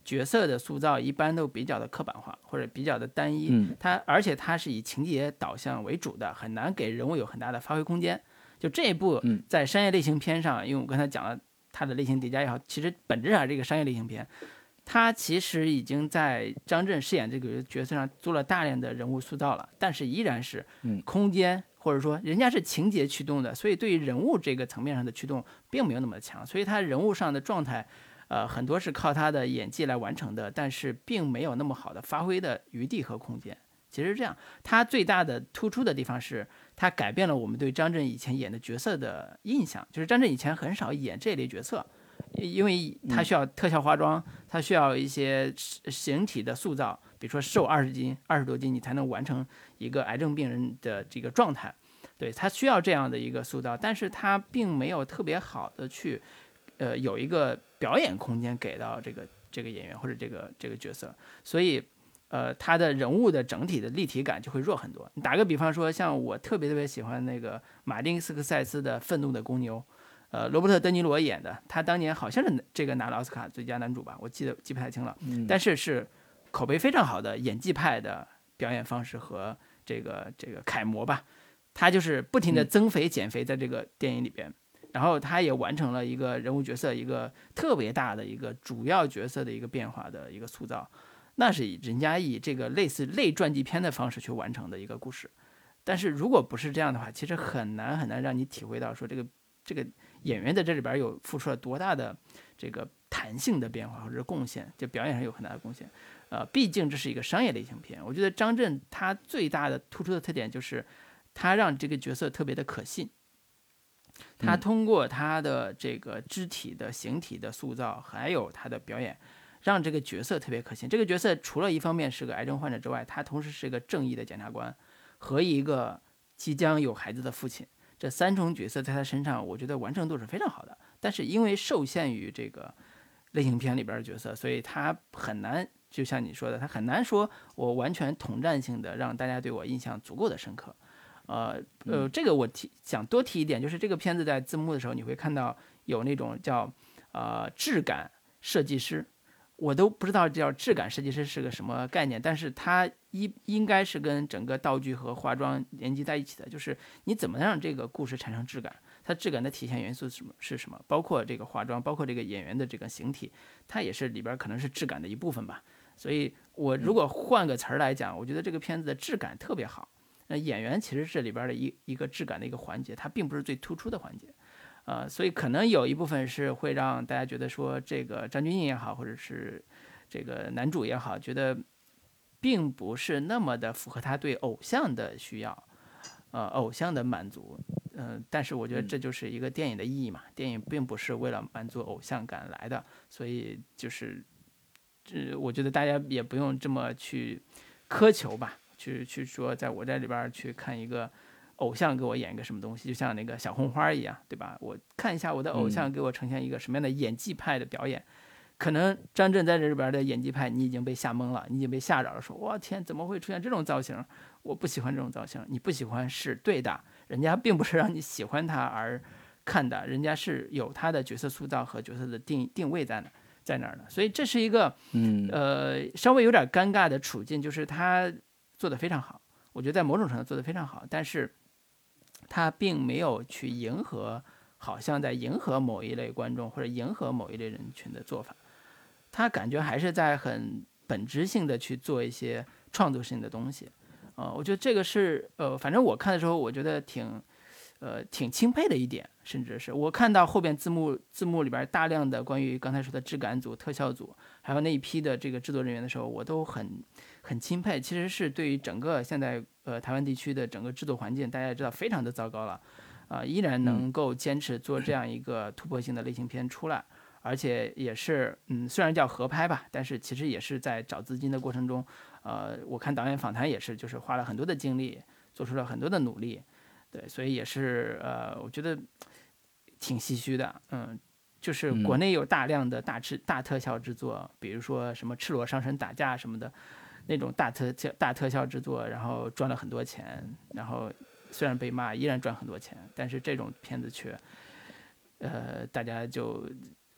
角色的塑造一般都比较的刻板化或者比较的单一，而且它是以情节导向为主的，很难给人物有很大的发挥空间。就这一部在商业类型片上，因为我刚才讲了它的类型叠加也好，其实本质上这个商业类型片，它其实已经在张震饰演这个角色上做了大量的人物塑造了，但是依然是空间或者说人家是情节驱动的，所以对于人物这个层面上的驱动并没有那么强，所以他人物上的状态很多是靠他的演技来完成的，但是并没有那么好的发挥的余地和空间。其实这样，他最大的突出的地方是他改变了我们对张震以前演的角色的印象，就是张震以前很少演这类角色，因为他需要特效化妆，他需要一些形体的塑造，比如说瘦20多斤你才能完成一个癌症病人的这个状态，对，他需要这样的一个塑造，但是他并没有特别好的去有一个表演空间给到这个演员或者这个角色，所以他的人物的整体的立体感就会弱很多。打个比方说，像我特别喜欢那个马丁斯科塞斯的《愤怒的公牛》，罗伯特·德尼罗演的，他当年好像是这个拿了奥斯卡最佳男主吧，我记不太清了，但是口碑非常好的演技派的表演方式和这个楷模吧，他就是不停的增肥减肥在这个电影里边，然后他也完成了一个人物角色一个特别大的一个主要角色的一个变化的一个塑造，那是人家以这个类似类传记片的方式去完成的一个故事。但是如果不是这样的话，其实很难让你体会到说这个演员在这里边有付出了多大的这个弹性的变化或者贡献，就表演上有很大的贡献。毕竟这是一个商业类型片，我觉得张震他最大的突出的特点就是他让这个角色特别的可信，他通过他的这个肢体的形体的塑造还有他的表演让这个角色特别可信。这个角色除了一方面是个癌症患者之外，他同时是一个正义的检察官和一个即将有孩子的父亲，这三重角色在他身上我觉得完成度是非常好的。但是因为受限于这个类型片里边的角色，所以他很难，就像你说的，他很难说我完全统战性的让大家对我印象足够的深刻。这个我想多提一点，就是这个片子在字幕的时候你会看到有那种叫质感设计师，我都不知道叫质感设计师是个什么概念，但是它应该是跟整个道具和化妆连接在一起的，就是你怎么让这个故事产生质感，它质感的体现元素是什么，包括这个化妆，包括这个演员的这个形体，它也是里边可能是质感的一部分吧。所以我如果换个词儿来讲，我觉得这个片子的质感特别好。那演员其实是里边的一个质感的一个环节，它并不是最突出的环节。所以可能有一部分是会让大家觉得说这个张钧甯也好，或者是这个男主也好，觉得并不是那么的符合他对偶像的需要，偶像的满足。但是我觉得这就是一个电影的意义嘛，电影并不是为了满足偶像感来的，所以就是我觉得大家也不用这么去苛求吧，去说在我这里边去看一个偶像给我演一个什么东西，就像那个小红花一样，对吧？我看一下我的偶像给我呈现一个什么样的演技派的表演。可能张震在这里边的演技派你已经被吓懵了，你已经被吓着了，说我天怎么会出现这种造型，我不喜欢这种造型。你不喜欢是对的，人家并不是让你喜欢他而看的，人家是有他的角色塑造和角色的定位在哪儿的。所以这是一个稍微有点尴尬的处境，就是他做得非常好，我觉得在某种程度做得非常好，但是他并没有去迎合，好像在迎合某一类观众或者迎合某一类人群的做法，他感觉还是在很本质性的去做一些创作性的东西。我觉得这个是反正我看的时候我觉得挺钦佩的一点，甚至是我看到后边字幕里边大量的关于刚才说的质感组、特效组，还有那一批的这个制作人员的时候，我都很钦佩。其实是对于整个现在台湾地区的整个制作环境，大家也知道非常的糟糕了，依然能够坚持做这样一个突破性的类型片出来，而且也是虽然叫合拍吧，但是其实也是在找资金的过程中，我看导演访谈也是，就是花了很多的精力，做出了很多的努力。对，所以也是我觉得挺唏嘘的，就是国内有大量的大特效制作，比如说什么赤裸上身打架什么的，那种大特效制作，然后赚了很多钱，然后虽然被骂，依然赚很多钱，但是这种片子却大家就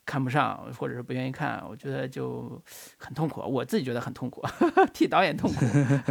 看不上或者是不愿意看，我觉得就很痛苦，我自己觉得很痛苦，替导演痛苦。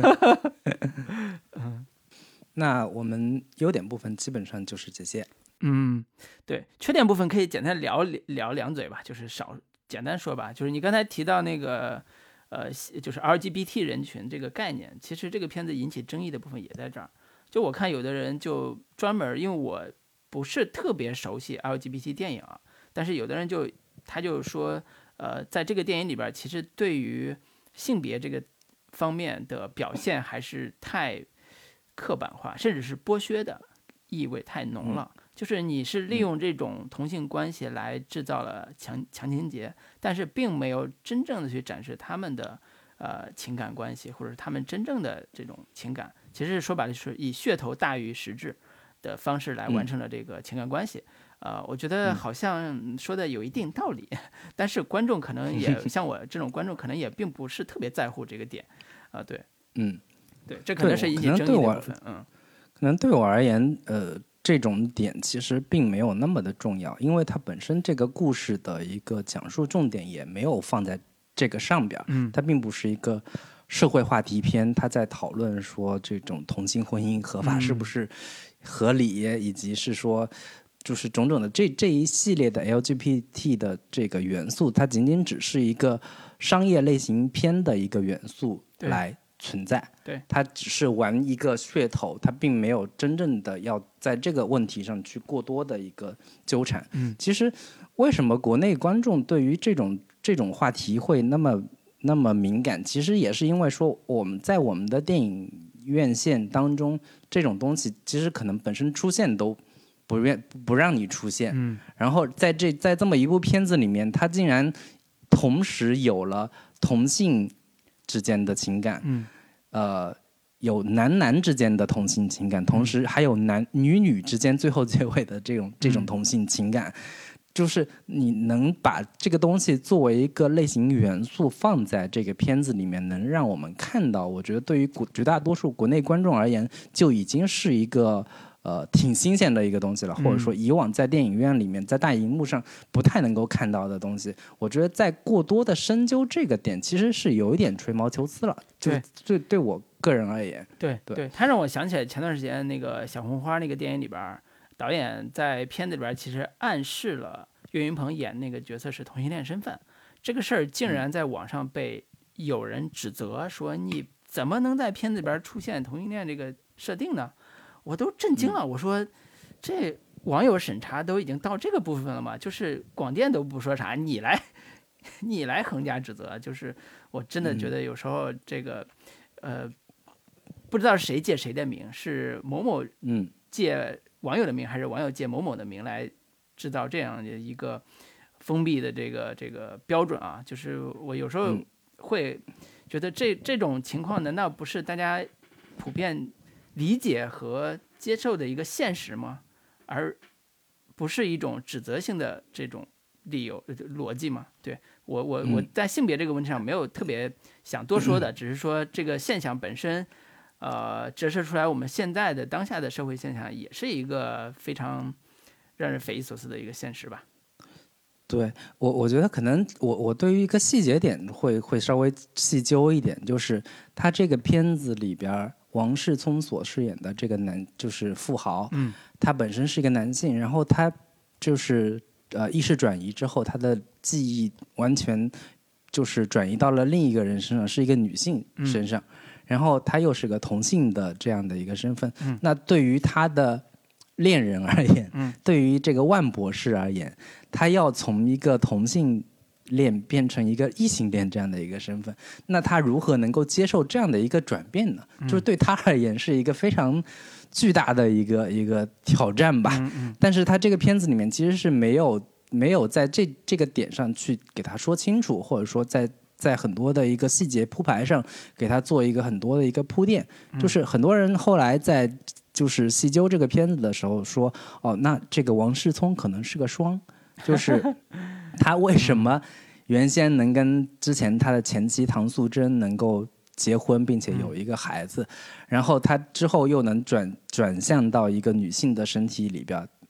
那我们优点部分基本上就是这些。 对，缺点部分可以简单聊两嘴吧，就是简单说吧，就是你刚才提到那个就是 LGBT 人群这个概念，其实这个片子引起争议的部分也在这儿。就我看有的人就专门，因为我不是特别熟悉 LGBT 电影啊，但是有的人他就说，在这个电影里边，其实对于性别这个方面的表现还是太刻板化，甚至是剥削的意味太浓了。就是你是利用这种同性关系来制造了强情节，但是并没有真正的去展示他们的情感关系，或者是他们真正的这种情感。其实说白了是以噱头大于实质的方式来完成了这个情感关系。我觉得好像说的有一定道理，但是观众可能也像我这种观众，可能也并不是特别在乎这个点对，对，这可能是引起争议的部分。 可能对我而言，这种点其实并没有那么的重要，因为它本身这个故事的一个讲述重点也没有放在这个上边。它并不是一个社会话题片，它在讨论说这种同性婚姻合法是不是合理，以及是说就是种种的这一系列的 LGBT 的这个元素，它仅仅只是一个商业类型片的一个元素来存在。 对， 它只是玩一个噱头，它并没有真正的要在这个问题上去过多的一个纠缠。其实为什么国内观众对于这种话题会那么敏感，其实也是因为说我们在我们的电影院线当中，这种东西其实可能本身出现都不让你出现。然后在这么一部片子里面，它竟然同时有了同性之间的情感，有男之间的同性情感，同时还有女之间最后结尾的这种同性情感。就是你能把这个东西作为一个类型元素放在这个片子里面，能让我们看到，我觉得对于绝大多数国内观众而言，就已经是一个挺新鲜的一个东西了，或者说以往在电影院里面在大荧幕上不太能够看到的东西。我觉得在过多的深究这个点，其实是有一点吹毛求疵了。对我个人而言， 对，它让我想起来前段时间那个小红花那个电影里边，导演在片子里边其实暗示了岳云鹏演那个角色是同性恋身份，这个事儿竟然在网上被有人指责说你怎么能在片子里边出现同性恋这个设定呢？我都震惊了，我说这网友审查都已经到这个部分了吗？就是广电都不说啥，你来横加指责，就是我真的觉得有时候这个不知道是谁借谁的名，是某某借网友的名，还是网友借某某的名来制造这样的一个封闭的这个标准啊？就是我有时候会觉得这种情况难道不是大家普遍理解和接受的一个现实吗？而不是一种指责性的这种理由逻辑吗？对，我在性别这个问题上没有特别想多说的，只是说这个现象本身折射出来我们现在的当下的社会现象，也是一个非常让人匪夷所思的一个现实吧。 对，我觉得可能我对于一个细节点会稍微细究一点，就是他这个片子里边王世聪所饰演的这个就是富豪，他本身是一个男性，然后他就是意识转移之后，他的记忆完全就是转移到了另一个人身上，是一个女性身上，然后他又是个同性的这样的一个身份，那对于他的恋人而言，对于这个万博士而言，他要从一个同性恋变成一个异性恋这样的一个身份，那他如何能够接受这样的一个转变呢？就是对他而言是一个非常巨大的一个挑战吧。但是他这个片子里面其实是没有在这个点上去给他说清楚，或者说在很多的一个细节铺排上给他做一个很多的一个铺垫。就是很多人后来在就是细究这个片子的时候说，那这个王世聪可能是个双，就是他为什么原先能跟之前他的前妻唐素贞能够结婚并且有一个孩子，然后他之后又能转向到一个女性的身体里边，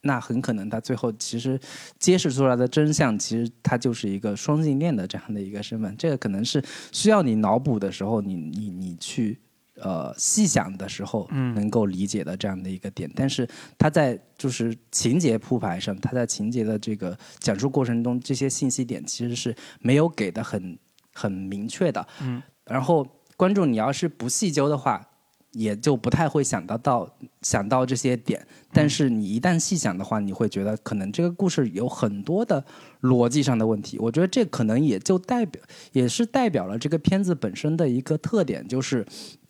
那很可能他最后其实揭示出来的真相，其实他就是一个双性恋的这样的一个身份。这个可能是需要你脑补的时候，你去细想的时候能够理解的这样的一个点。但是他在就是情节铺排上，他在情节的这个讲述过程中，这些信息点其实是没有给的很明确的。然后观众你要是不细究的话，也就不太会想到这些点。但是你一旦细想的话，你会觉得可能这个故事有很多的逻辑上的问题。我觉得这可能也是代表了这个片子本身的一个特点，就是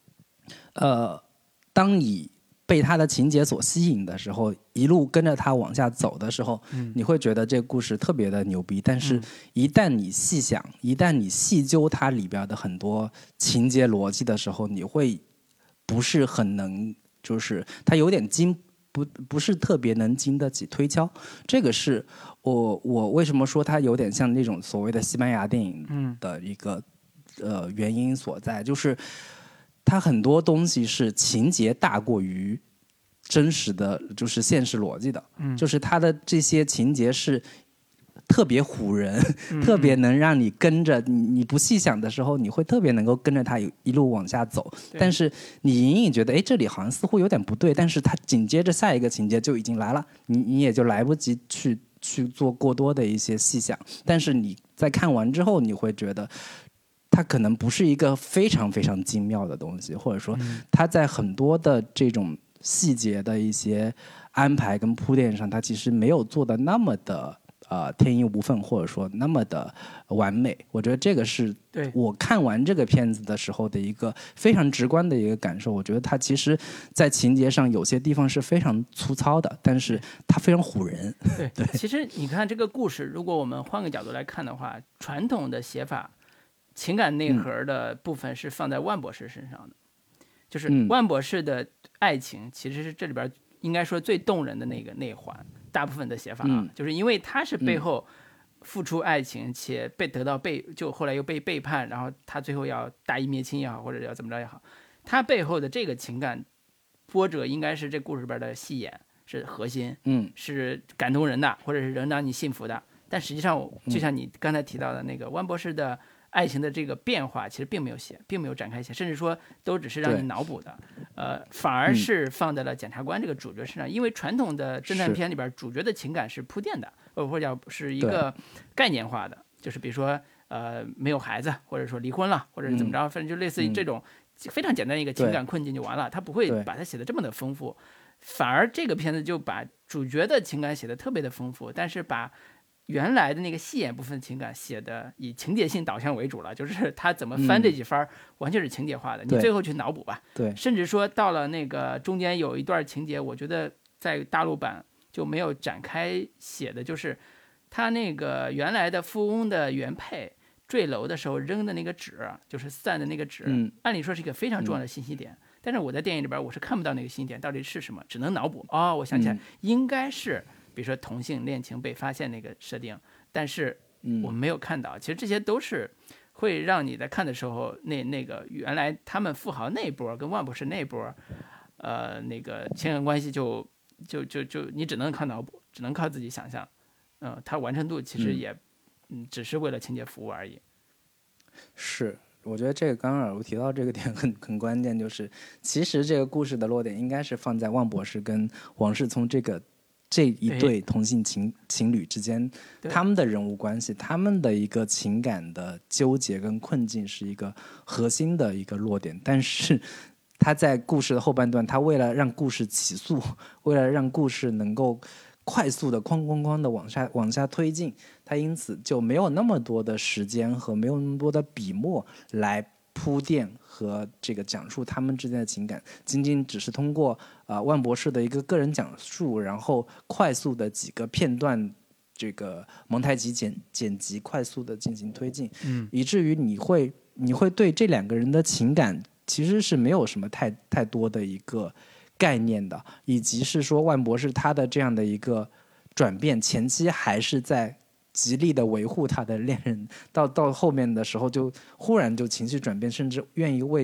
当你被他的情节所吸引的时候，一路跟着他往下走的时候，你会觉得这个故事特别的牛逼。但是一旦你细想，一旦你细究它里边的很多情节逻辑的时候，你会不是很能，就是它有点不是特别能经得起推敲。这个是我为什么说它有点像那种所谓的西班牙电影的一个原因所在，就是它很多东西是情节大过于真实的，就是现实逻辑的。就是它的这些情节是特别唬人，特别能让你跟着你不细想的时候，你会特别能够跟着他一路往下走。但是你隐隐觉得，哎，这里好像似乎有点不对，但是他紧接着下一个情节就已经来了，你也就来不及去做过多的一些细想。但是你在看完之后，你会觉得它可能不是一个非常非常精妙的东西，或者说它在很多的这种细节的一些安排跟铺垫上，它其实没有做的那么的天衣无缝，或者说那么的完美。我觉得这个是我看完这个片子的时候的一个非常直观的一个感受。我觉得它其实在情节上有些地方是非常粗糙的，但是它非常唬人。 对，其实你看这个故事，如果我们换个角度来看的话，传统的写法情感内核的部分是放在万博士身上的，就是万博士的爱情其实是这里边应该说最动人的那个内环。大部分的写法就是因为他是背后付出爱情，且就后来又被背叛，然后他最后要大义灭亲也好，或者要怎么着也好，他背后的这个情感波折应该是这故事里边的戏眼，是核心，是感动人的，或者是能让你信服的。但实际上就像你刚才提到的那个万博士的爱情的这个变化其实并没有写，并没有展开写，甚至说都只是让你脑补的，反而是放在了检察官这个主角身上。因为传统的侦探片里边主角的情感是铺垫的，或者是一个概念化的，就是比如说没有孩子，或者说离婚了，或者是怎么着，反正就类似于这种非常简单的一个情感困境就完了，他不会把它写的这么的丰富。反而这个片子就把主角的情感写的特别的丰富，但是把原来的那个戏眼部分情感写的以情节性导向为主了，就是他怎么翻这几番完全是情节化的，你最后去脑补吧。 对， 甚至说到了那个中间有一段情节，我觉得在大陆版就没有展开写的，就是他那个原来的富翁的原配坠楼的时候扔的那个纸，就是散的那个纸，按理说是一个非常重要的信息点，但是我在电影里边我是看不到那个信息点到底是什么，只能脑补。我想起来，应该是比如说同性恋情被发现那个设定，但是我们没有看到。其实这些都是会让你在看的时候，那个原来他们富豪那波跟万博士那波，那个情感关系就你只能靠脑补，只能靠自己想象。它完成度其实也只是为了情节服务而已。 是，我觉得这个刚刚尔如提到这个点很关键，就是其实这个故事的落点应该是放在万博士跟王世聪这一对同性情侣之间，他们的人物关系，他们的一个情感的纠结跟困境是一个核心的一个落点。但是他在故事的后半段，他为了让故事起速，为了让故事能够快速的哐的往下推进，他因此就没有那么多的时间和没有那么多的笔墨来铺垫和这个讲述他们之间的情感，仅仅只是通过万博士的一个个人讲述，然后快速的几个片段这个蒙太奇剪辑快速的进行推进，以至于你会对这两个人的情感其实是没有什么太多的一个概念的，以及是说万博士他的这样的一个转变，前期还是在极力的维护他的恋人，到后面的时候就忽然就情绪转变，甚至愿意为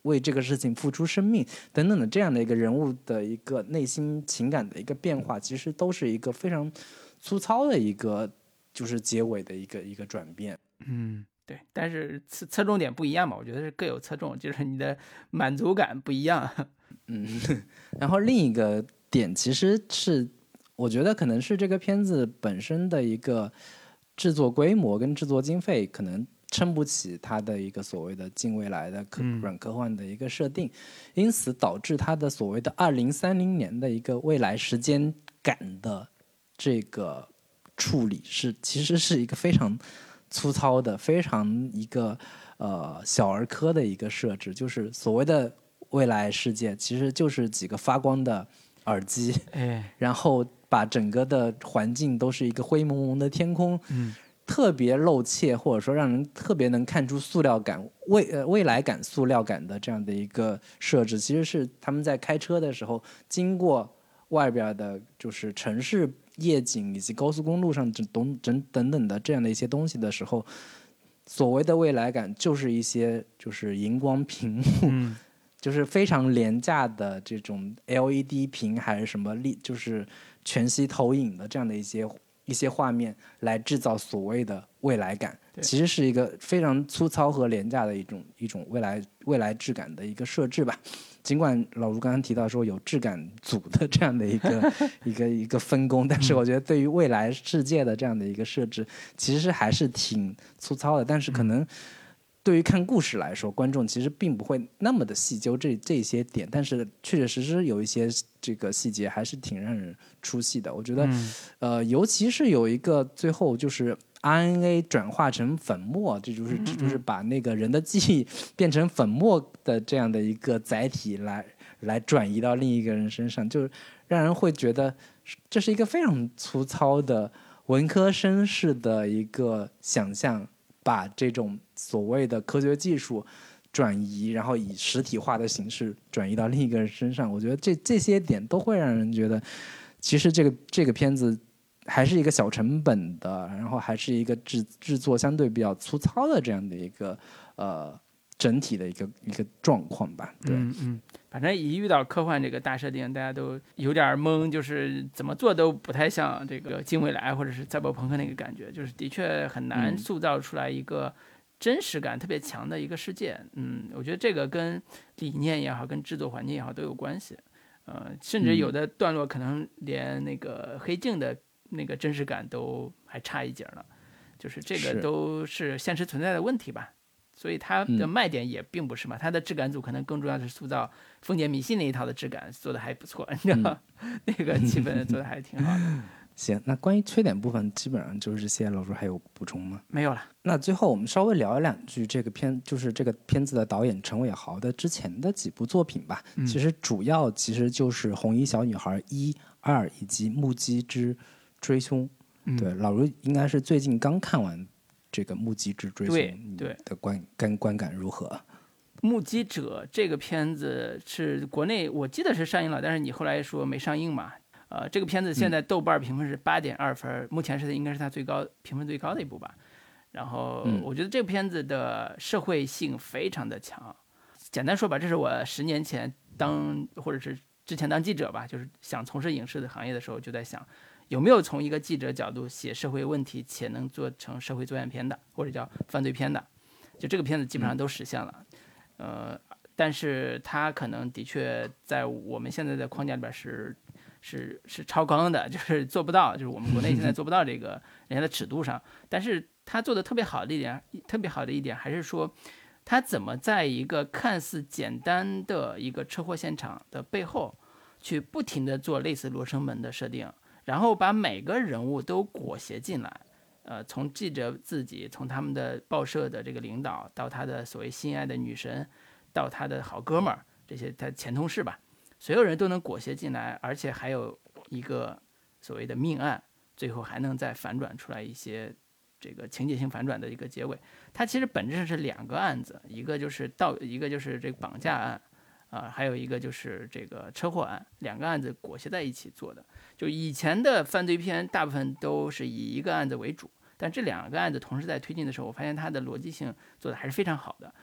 为这个事情付出生命等等的这样的一个人物的一个内心情感的一个变化，其实都是一个非常粗糙的一个就是结尾的一个转变。 对，但是侧重点不一样嘛，我觉得是各有侧重，就是你的满足感不一样。 然后另一个点其实是我觉得可能是这个片子本身的一个制作规模跟制作经费可能撑不起它的一个所谓的近未来的软科幻的一个设定，因此导致它的所谓的2030年的一个未来时间感的这个处理其实是一个非常粗糙的非常一个小儿科的一个设置，就是所谓的未来世界其实就是几个发光的耳机，然后把整个的环境都是一个灰蒙蒙的天空，特别露怯，或者说让人特别能看出塑料感未来感塑料感的这样的一个设置，其实是他们在开车的时候经过外边的就是城市夜景以及高速公路上等等的这样的一些东西的时候，所谓的未来感就是一些就是荧光屏幕，就是非常廉价的这种 LED 屏还是什么就是全息投影的这样的一些画面来制造所谓的未来感，其实是一个非常粗糙和廉价的一种未来质感的一个设置吧。尽管老卢刚刚提到说有质感组的这样的一个分工，但是我觉得对于未来世界的这样的一个设置，其实还是挺粗糙的。但是可能对于看故事来说，观众其实并不会那么的细究这些点，但是确确实实有一些这个细节还是挺让人出戏的。我觉得，尤其是有一个最后就是 RNA 转化成粉末，这就是把那个人的记忆变成粉末的这样的一个载体来转移到另一个人身上，就是让人会觉得这是一个非常粗糙的文科生式的一个想象。把这种所谓的科学技术转移，然后以实体化的形式转移到另一个人身上，我觉得这些点都会让人觉得，其实这个片子还是一个小成本的，然后还是一个制作相对比较粗糙的这样的一个整体的一个状况吧。对， 反正一遇到科幻这个大设定，大家都有点懵，就是怎么做都不太像这个近未来或者是赛博朋克那个感觉，就是的确很难塑造出来一个真实感特别强的一个世界。我觉得这个跟理念也好，跟制作环境也好都有关系。甚至有的段落可能连那个黑镜的那个真实感都还差一截了，就是这个都是现实存在的问题吧。所以它的卖点也并不是嘛，它的质感组可能更重要的是塑造封建迷信那一套的质感，做的还不错，你知道那个气氛做的还挺好的。 行，那关于缺点部分基本上就是这些，老师还有补充吗？ 没有了。 那最后我们稍微聊两句这个就是这个片子的导演陈伟豪的之前的几部作品吧。其实主要就是《红衣小女孩》1、2以及《目击之追凶》。对，老卢应该是最近刚看完这个《目击之追凶》， 对的观感如何？ 目击者这个片子是国内我记得是上映了，但是你后来说没上映嘛？这个片子现在豆瓣评分是8.2分，目前应该是它评分最高的一部吧。然后我觉得这个片子的社会性非常的强。简单说吧，这是我10年前或者是之前当记者吧，就是想从事影视的行业的时候，就在想有没有从一个记者角度写社会问题且能做成社会作案片的，或者叫犯罪片的。就这个片子基本上都实现了。但是它可能的确在我们现在的框架里边是超纲的，就是做不到，就是我们国内现在做不到这个人家的尺度上。但是他做的特别好的一点还是说，他怎么在一个看似简单的一个车祸现场的背后，去不停的做类似罗生门的设定，然后把每个人物都裹挟进来。从记者自己，从他们的报社的这个领导，到他的所谓心爱的女神，到他的好哥们儿，这些他前同事吧。所有人都能裹挟进来，而且还有一个所谓的命案，最后还能再反转出来一些这个情节性反转的一个结尾。它其实本质上是2个案子，一个就是这个绑架案还有一个就是这个车祸案，2个案子裹挟在一起做的。就以前的犯罪片大部分都是以一个案子为主，但这2个案子同时在推进的时候，我发现它的逻辑性做的还是非常好的。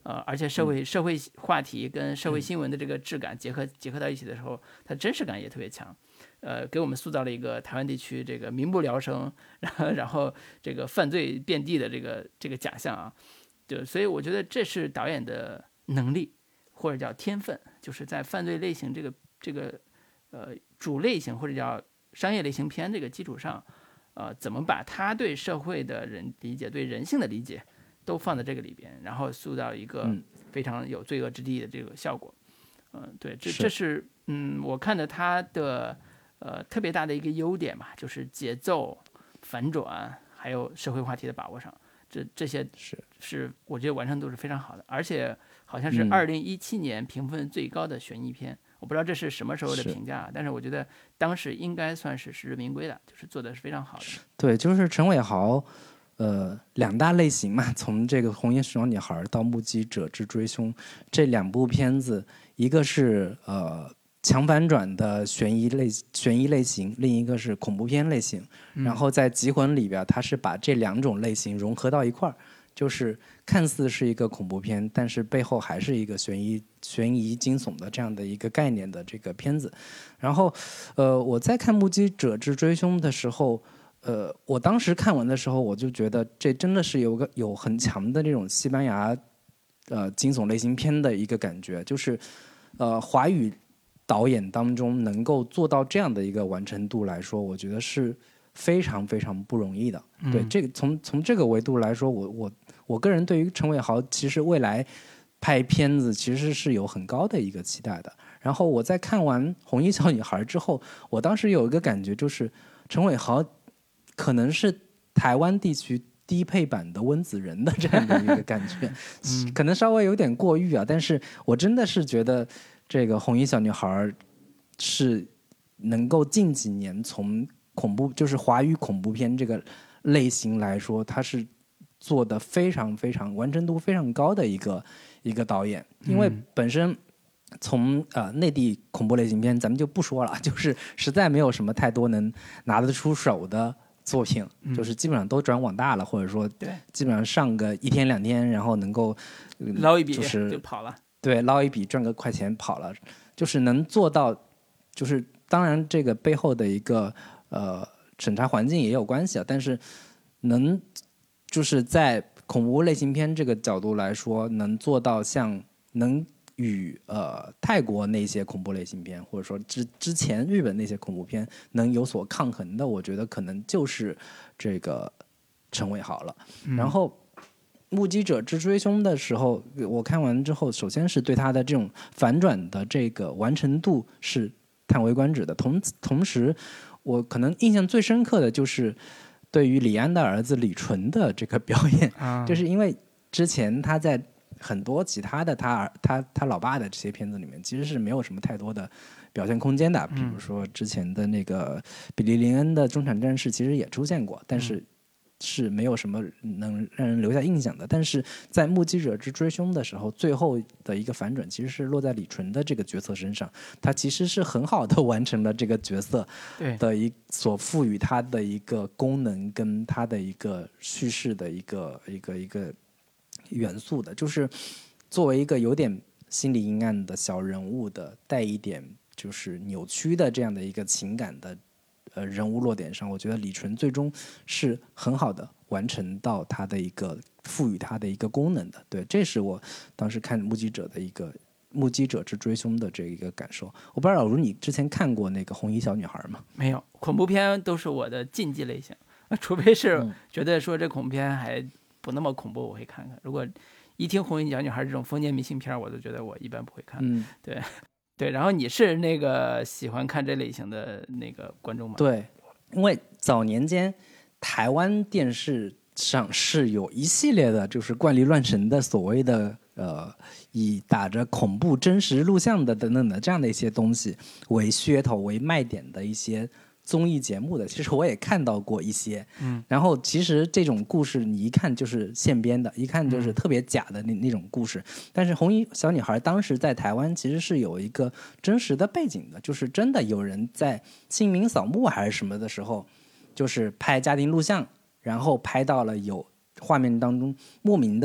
而且社会话题跟社会新闻的这个质感结合到一起的时候，它真实感也特别强。给我们塑造了一个台湾地区这个民不聊生，然后这个犯罪遍地的这个假象啊。对，所以我觉得这是导演的能力，或者叫天分，就是在犯罪类型这个主类型或者叫商业类型片这个基础上，怎么把他对社会的人理解、对人性的理解都放在这个里边，然后塑造一个非常有罪恶之地的这个效果。对，这是我看的他的特别大的一个优点嘛，就是节奏、反转，还有社会话题的把握上。这些是我觉得完成度是非常好的，而且好像是2017年评分最高的悬疑片，我不知道这是什么时候的评价，但是我觉得当时应该算是实至名归的，就是做的是非常好的。 对，就是陈伟豪，两大类型嘛，从这个《红衣小女孩》到《目击者之追凶》这两部片子，一个是强反转的悬疑类型，另一个是恐怖片类型。然后在《集魂》里边，它是把这两种类型融合到一块儿，就是看似是一个恐怖片，但是背后还是一个悬疑惊悚的这样的一个概念的这个片子。然后，我在看《目击者之追凶》的时候，我当时看完的时候，我就觉得这真的是有很强的这种西班牙惊悚类型片的一个感觉，就是华语导演当中能够做到这样的一个完成度来说，我觉得是非常非常不容易的。对，这个从这个维度来说，我个人对于陈伟豪其实未来拍片子其实是有很高的一个期待的。然后我在看完《红衣小女孩》之后，我当时有一个感觉，就是陈伟豪可能是台湾地区低配版的温子仁的这样的一个感觉，可能稍微有点过誉啊，但是我真的是觉得这个《红衣小女孩》是能够近几年从恐怖，就是华语恐怖片这个类型来说，它是做的非常非常完成度非常高的一个导演，因为本身从内地恐怖类型片咱们就不说了，就是实在没有什么太多能拿得出手的作品，就是基本上都转网大了，或者说基本上上个1天2天，然后能够捞一笔就跑了。 对，捞一笔赚个快钱跑了，就是能做到，就是当然这个背后的一个审查环境也有关系啊，但是能就是在恐怖类型片这个角度来说，能做到像能与泰国那些恐怖类型片，或者说之前日本那些恐怖片能有所抗衡的，我觉得可能就是这个陈伟豪了。然后目击者之追凶的时候，我看完之后，首先是对他的这种反转的这个完成度是叹为观止的。同时，我可能印象最深刻的就是对于李安的儿子李纯的这个表演，就是因为之前他在很多其他的他老爸的这些片子里面，其实是没有什么太多的表现空间的。比如说之前的那个比利林恩的中场战士，其实也出现过，但是是没有什么能让人留下印象的。但是在目击者之追凶的时候，最后的一个反转其实是落在李纯的这个角色身上，他其实是很好的完成了这个角色的所赋予他的一个功能跟他的一个叙事的一个元素的，就是作为一个有点心理阴暗的小人物的，带一点就是扭曲的这样的一个情感的人物落点上，我觉得李纯最终是很好的完成到他的一个赋予他的一个功能的。对，这是我当时看目击者的一个目击者之追凶的这一个感受。我不知道老卢你之前看过那个红衣小女孩吗？ 没有，恐怖片都是我的禁忌类型，除非是觉得说这恐怖片还不那么恐怖，我会看看。如果一听红衣小女孩这种封建迷信片，我都觉得我一般不会看。对。对，然后你是那个喜欢看这类型的那个观众吗？ 对，因为早年间台湾电视上是有一系列的，就是怪力乱神的所谓的以打着恐怖真实录像的等等的这样的一些东西为噱头为卖点的一些综艺节目的，其实我也看到过一些，然后其实这种故事你一看就是现编的，一看就是特别假的那种故事。但是红衣小女孩当时在台湾其实是有一个真实的背景的，就是真的有人在清明扫墓还是什么的时候，就是拍家庭录像，然后拍到了有画面当中莫名的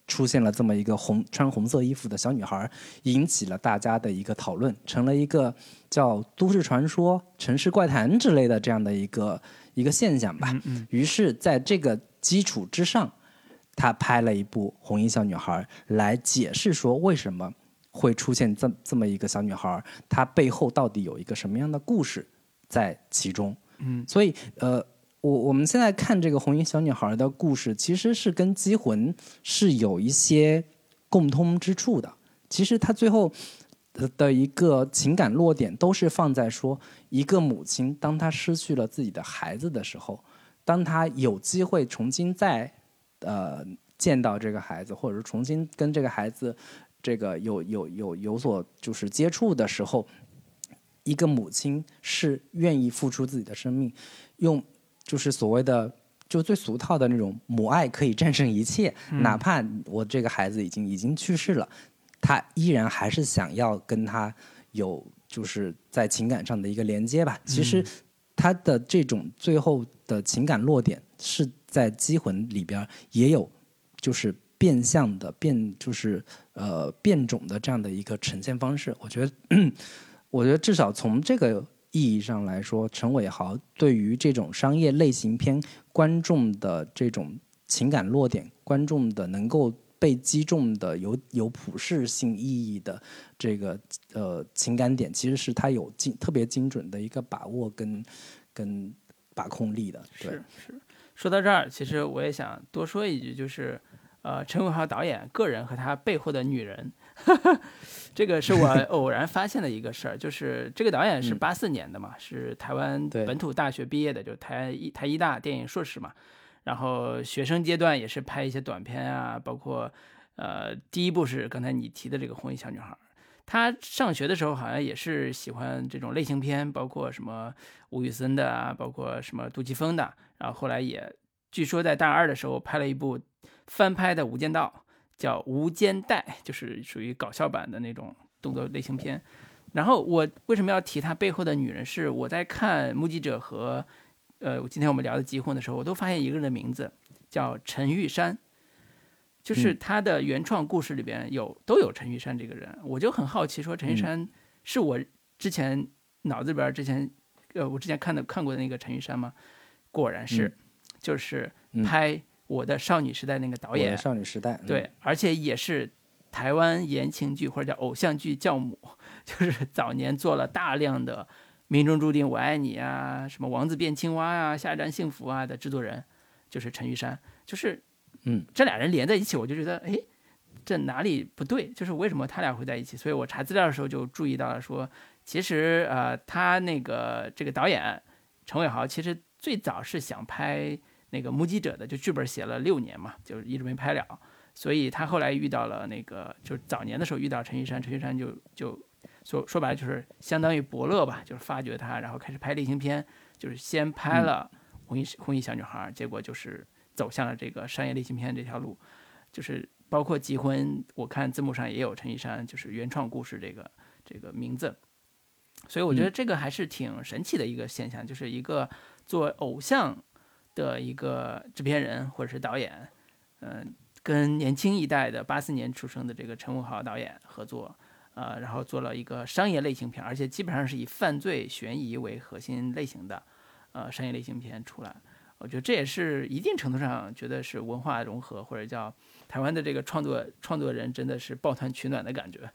出现了这么一个穿红色衣服的小女孩，引起了大家的一个讨论，成了一个叫都市传说、城市怪谈之类的这样的一个现象吧。于是在这个基础之上，他拍了一部《红衣小女孩》来解释说为什么会出现这么一个小女孩，她背后到底有一个什么样的故事在其中。所以我们现在看这个红衣小女孩的故事，其实是跟机魂是有一些共通之处的。其实她最后的一个情感落点都是放在说，一个母亲当她失去了自己的孩子的时候，当她有机会重新再见到这个孩子，或者是重新跟这个孩子这个有所就是接触的时候，一个母亲是愿意付出自己的生命，用就是所谓的就最俗套的那种母爱可以战胜一切，哪怕我这个孩子已经去世了，他依然还是想要跟他有就是在情感上的一个连接吧。其实他的这种最后的情感落点是在机魂里边也有就是变相的变种的这样的一个呈现方式。我觉得至少从这个意义上来说，陈伟豪对于这种商业类型片观众的这种情感落点，观众的能够被击中的有普适性意义的这个情感点，其实是他有特别精准的一个把握跟把控力的。对， 是。说到这儿，其实我也想多说一句，就是陈伟豪导演个人和他背后的女人。这个是我偶然发现的一个事儿，就是这个导演是84年的嘛，是台湾本土大学毕业的，就台医大电影硕士嘛。然后学生阶段也是拍一些短片啊，包括第一部是刚才你提的这个《红衣小女孩》。他上学的时候好像也是喜欢这种类型片，包括什么吴宇森的啊，包括什么杜琪峰的。然后后来也据说在大二的时候拍了一部翻拍的《无间道》。叫《无间带》，就是属于搞笑版的那种动作类型片。然后我为什么要提他背后的女人，是我在看《目击者》和今天我们聊的《疾魂》的时候，我都发现一个人的名字叫陈玉珊，就是他的原创故事里边都有陈玉珊这个人。我就很好奇，说陈玉珊是我之前脑子里边我之前看过的那个陈玉珊吗？果然是，就是拍我的少女时代那个导演， 我的少女时代， 对，而且也是台湾言情剧或者叫偶像剧教母，就是早年做了大量的《命中注定我爱你》啊，什么《王子变青蛙》啊，《下一站幸福》啊的制作人，就是陈玉珊。就是这俩人连在一起，我就觉得哎，这哪里不对？就是为什么他俩会在一起？所以我查资料的时候就注意到了说，其实他这个导演陈伟豪其实最早是想拍那个《目击者》的，就剧本写了6年嘛，就一直没拍了。所以他后来遇到了那个，就是早年的时候遇到陈玉珊，陈玉珊就说白了就是相当于伯乐吧，就是发掘他，然后开始拍类型片，就是先拍了红衣小女孩，结果就是走向了这个商业类型片这条路，就是包括《疾魂》，我看字幕上也有陈玉珊就是原创故事这个名字。所以我觉得这个还是挺神奇的一个现象，就是一个做偶像的一个制片人或者是导演，跟年轻一代的84年出生的这个陈伟豪导演合作，然后做了一个商业类型片，而且基本上是以犯罪悬疑为核心类型的商业类型片出来。我觉得这也是一定程度上觉得是文化融合，或者叫台湾的这个创作人真的是抱团取暖的感觉。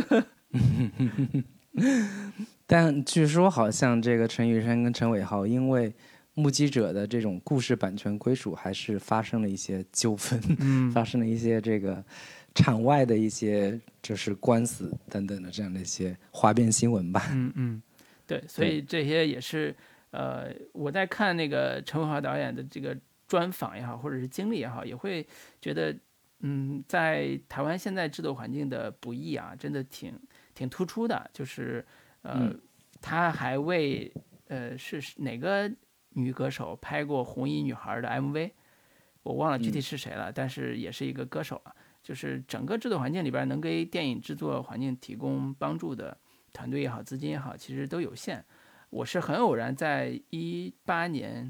但据说好像这个陈玉珊跟陈伟豪因为目击者的这种故事版权归属还是发生了一些纠纷，发生了一些这个场外的一些就是官司等等的这样的一些花边新闻吧。 对，所以这些也是我在看那个陈伟豪导演的这个专访也好，或者是经历也好，也会觉得在台湾现在制作环境的不易啊，真的挺突出的。就是他还为是哪个女歌手拍过红衣女孩的 MV， 我忘了具体是谁了，但是也是一个歌手啊。就是整个制作环境里边能给电影制作环境提供帮助的团队也好，资金也好，其实都有限。我是很偶然在18年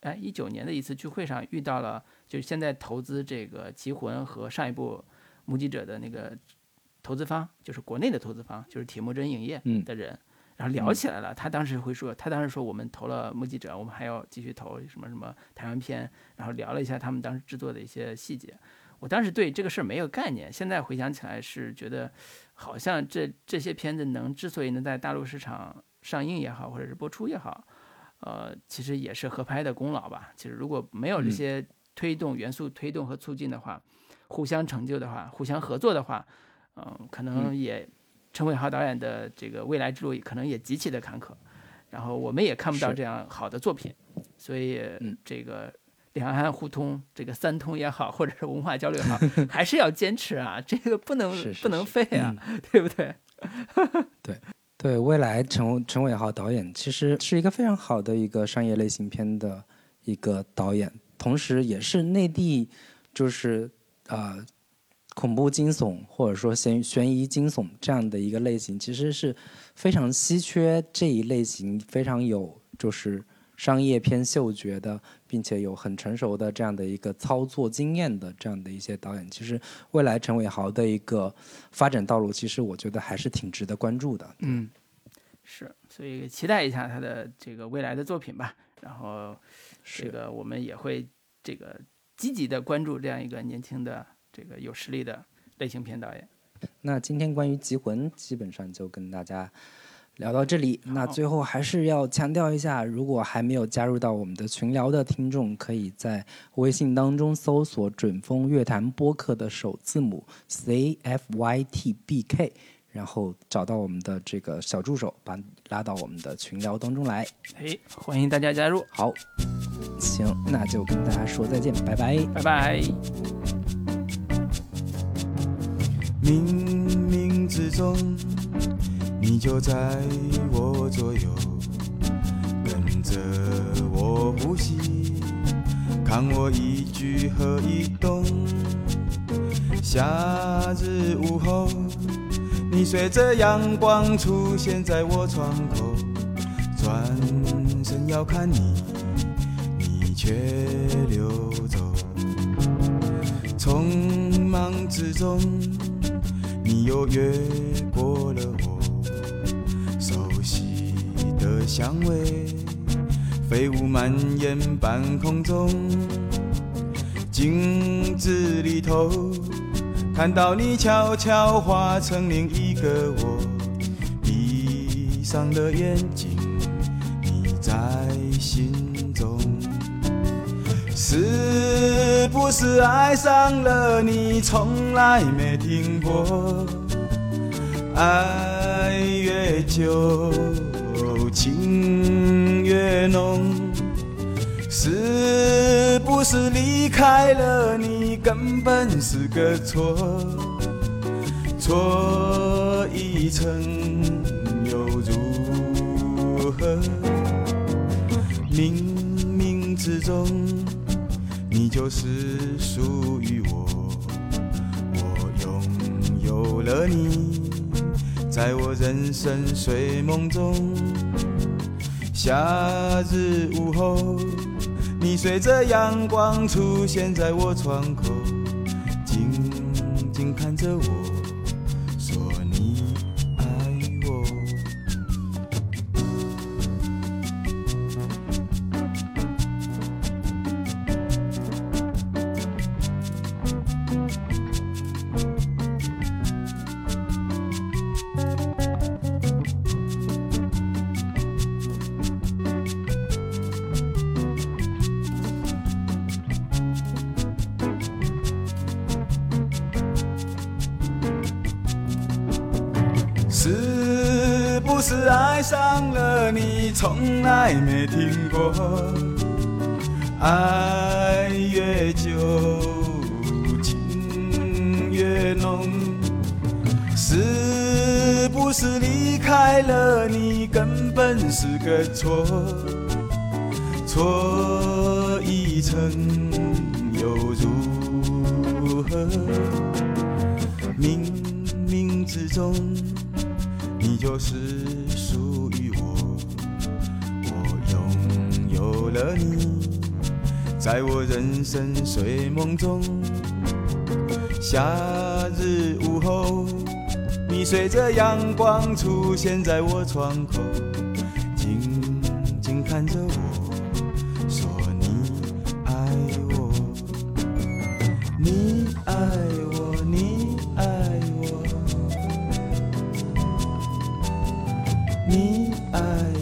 19年的一次聚会上遇到了，就是现在投资这个《棋魂》和上一部《目击者》的那个投资方，就是国内的投资方，就是铁木真影业的人，然后聊起来了。他当时说我们投了《目击者》，我们还要继续投什么什么台湾片，然后聊了一下他们当时制作的一些细节。我当时对这个事儿没有概念，现在回想起来是觉得，好像这些片子之所以能在大陆市场上映也好，或者是播出也好，其实也是合拍的功劳吧。其实如果没有这些元素推动和促进的话，互相成就的话，互相合作的话，可能也陈伟豪导演的这个未来之路可能也极其的坎坷，然后我们也看不到这样好的作品，所以这个两岸互通，这个三通也好，或者是文化交流也好，还是要坚持啊，这个不能废啊，对不对？ 对，未来陈伟豪导演其实是一个非常好的一个商业类型片的一个导演，同时也是内地就是恐怖惊悚或者说悬疑惊悚这样的一个类型，其实是非常稀缺这一类型非常有就是商业片嗅觉的，并且有很成熟的这样的一个操作经验的这样的一些导演，其实未来陈伟豪的一个发展道路，其实我觉得还是挺值得关注的。 是，所以期待一下他的这个未来的作品吧。然后，这个我们也会这个积极的关注这样一个年轻的这个有实力的类型片导演。 那今天关于《棋魂》基本上就跟大家聊到这里，那最后还是要强调一下，如果还没有加入到我们的群聊的听众，可以在微信当中搜索准风乐坛播客的首字母 CFYTBK， 然后找到我们的这个小助手，把你拉到我们的群聊当中来。 欢迎大家加入。 好，行，那就跟大家说再见，拜拜， 拜拜。 冥冥之中，你就在我左右，跟着我呼吸，看我一举和一动。夏日午后，你随着阳光出现在我窗口，转身要看你，你却溜走。匆忙之中，你又越过了我熟悉的香味，飞舞蔓延半空中。镜子里头，看到你悄悄化成另一个我，闭上了眼睛，你在心中。是不是爱上了你，从来没停过？爱越久，情越浓。是不是离开了你，根本是个错？错一层又如何？冥冥之中，你就是属于我，我拥有了你，在我人生睡梦中。夏日午后，你随着阳光出现在我窗口，静静看着我，说你爱我。是不是爱上了你，从来没停过？爱越久，情越浓。是不是离开了你，根本是个错？错一层又如何？冥冥之中，你就是属于我，我拥有了你， 在我人生睡梦中。夏日午后，你随着阳光出现在我窗口，静静看着我，说你爱我，你爱我，你爱我，你爱我。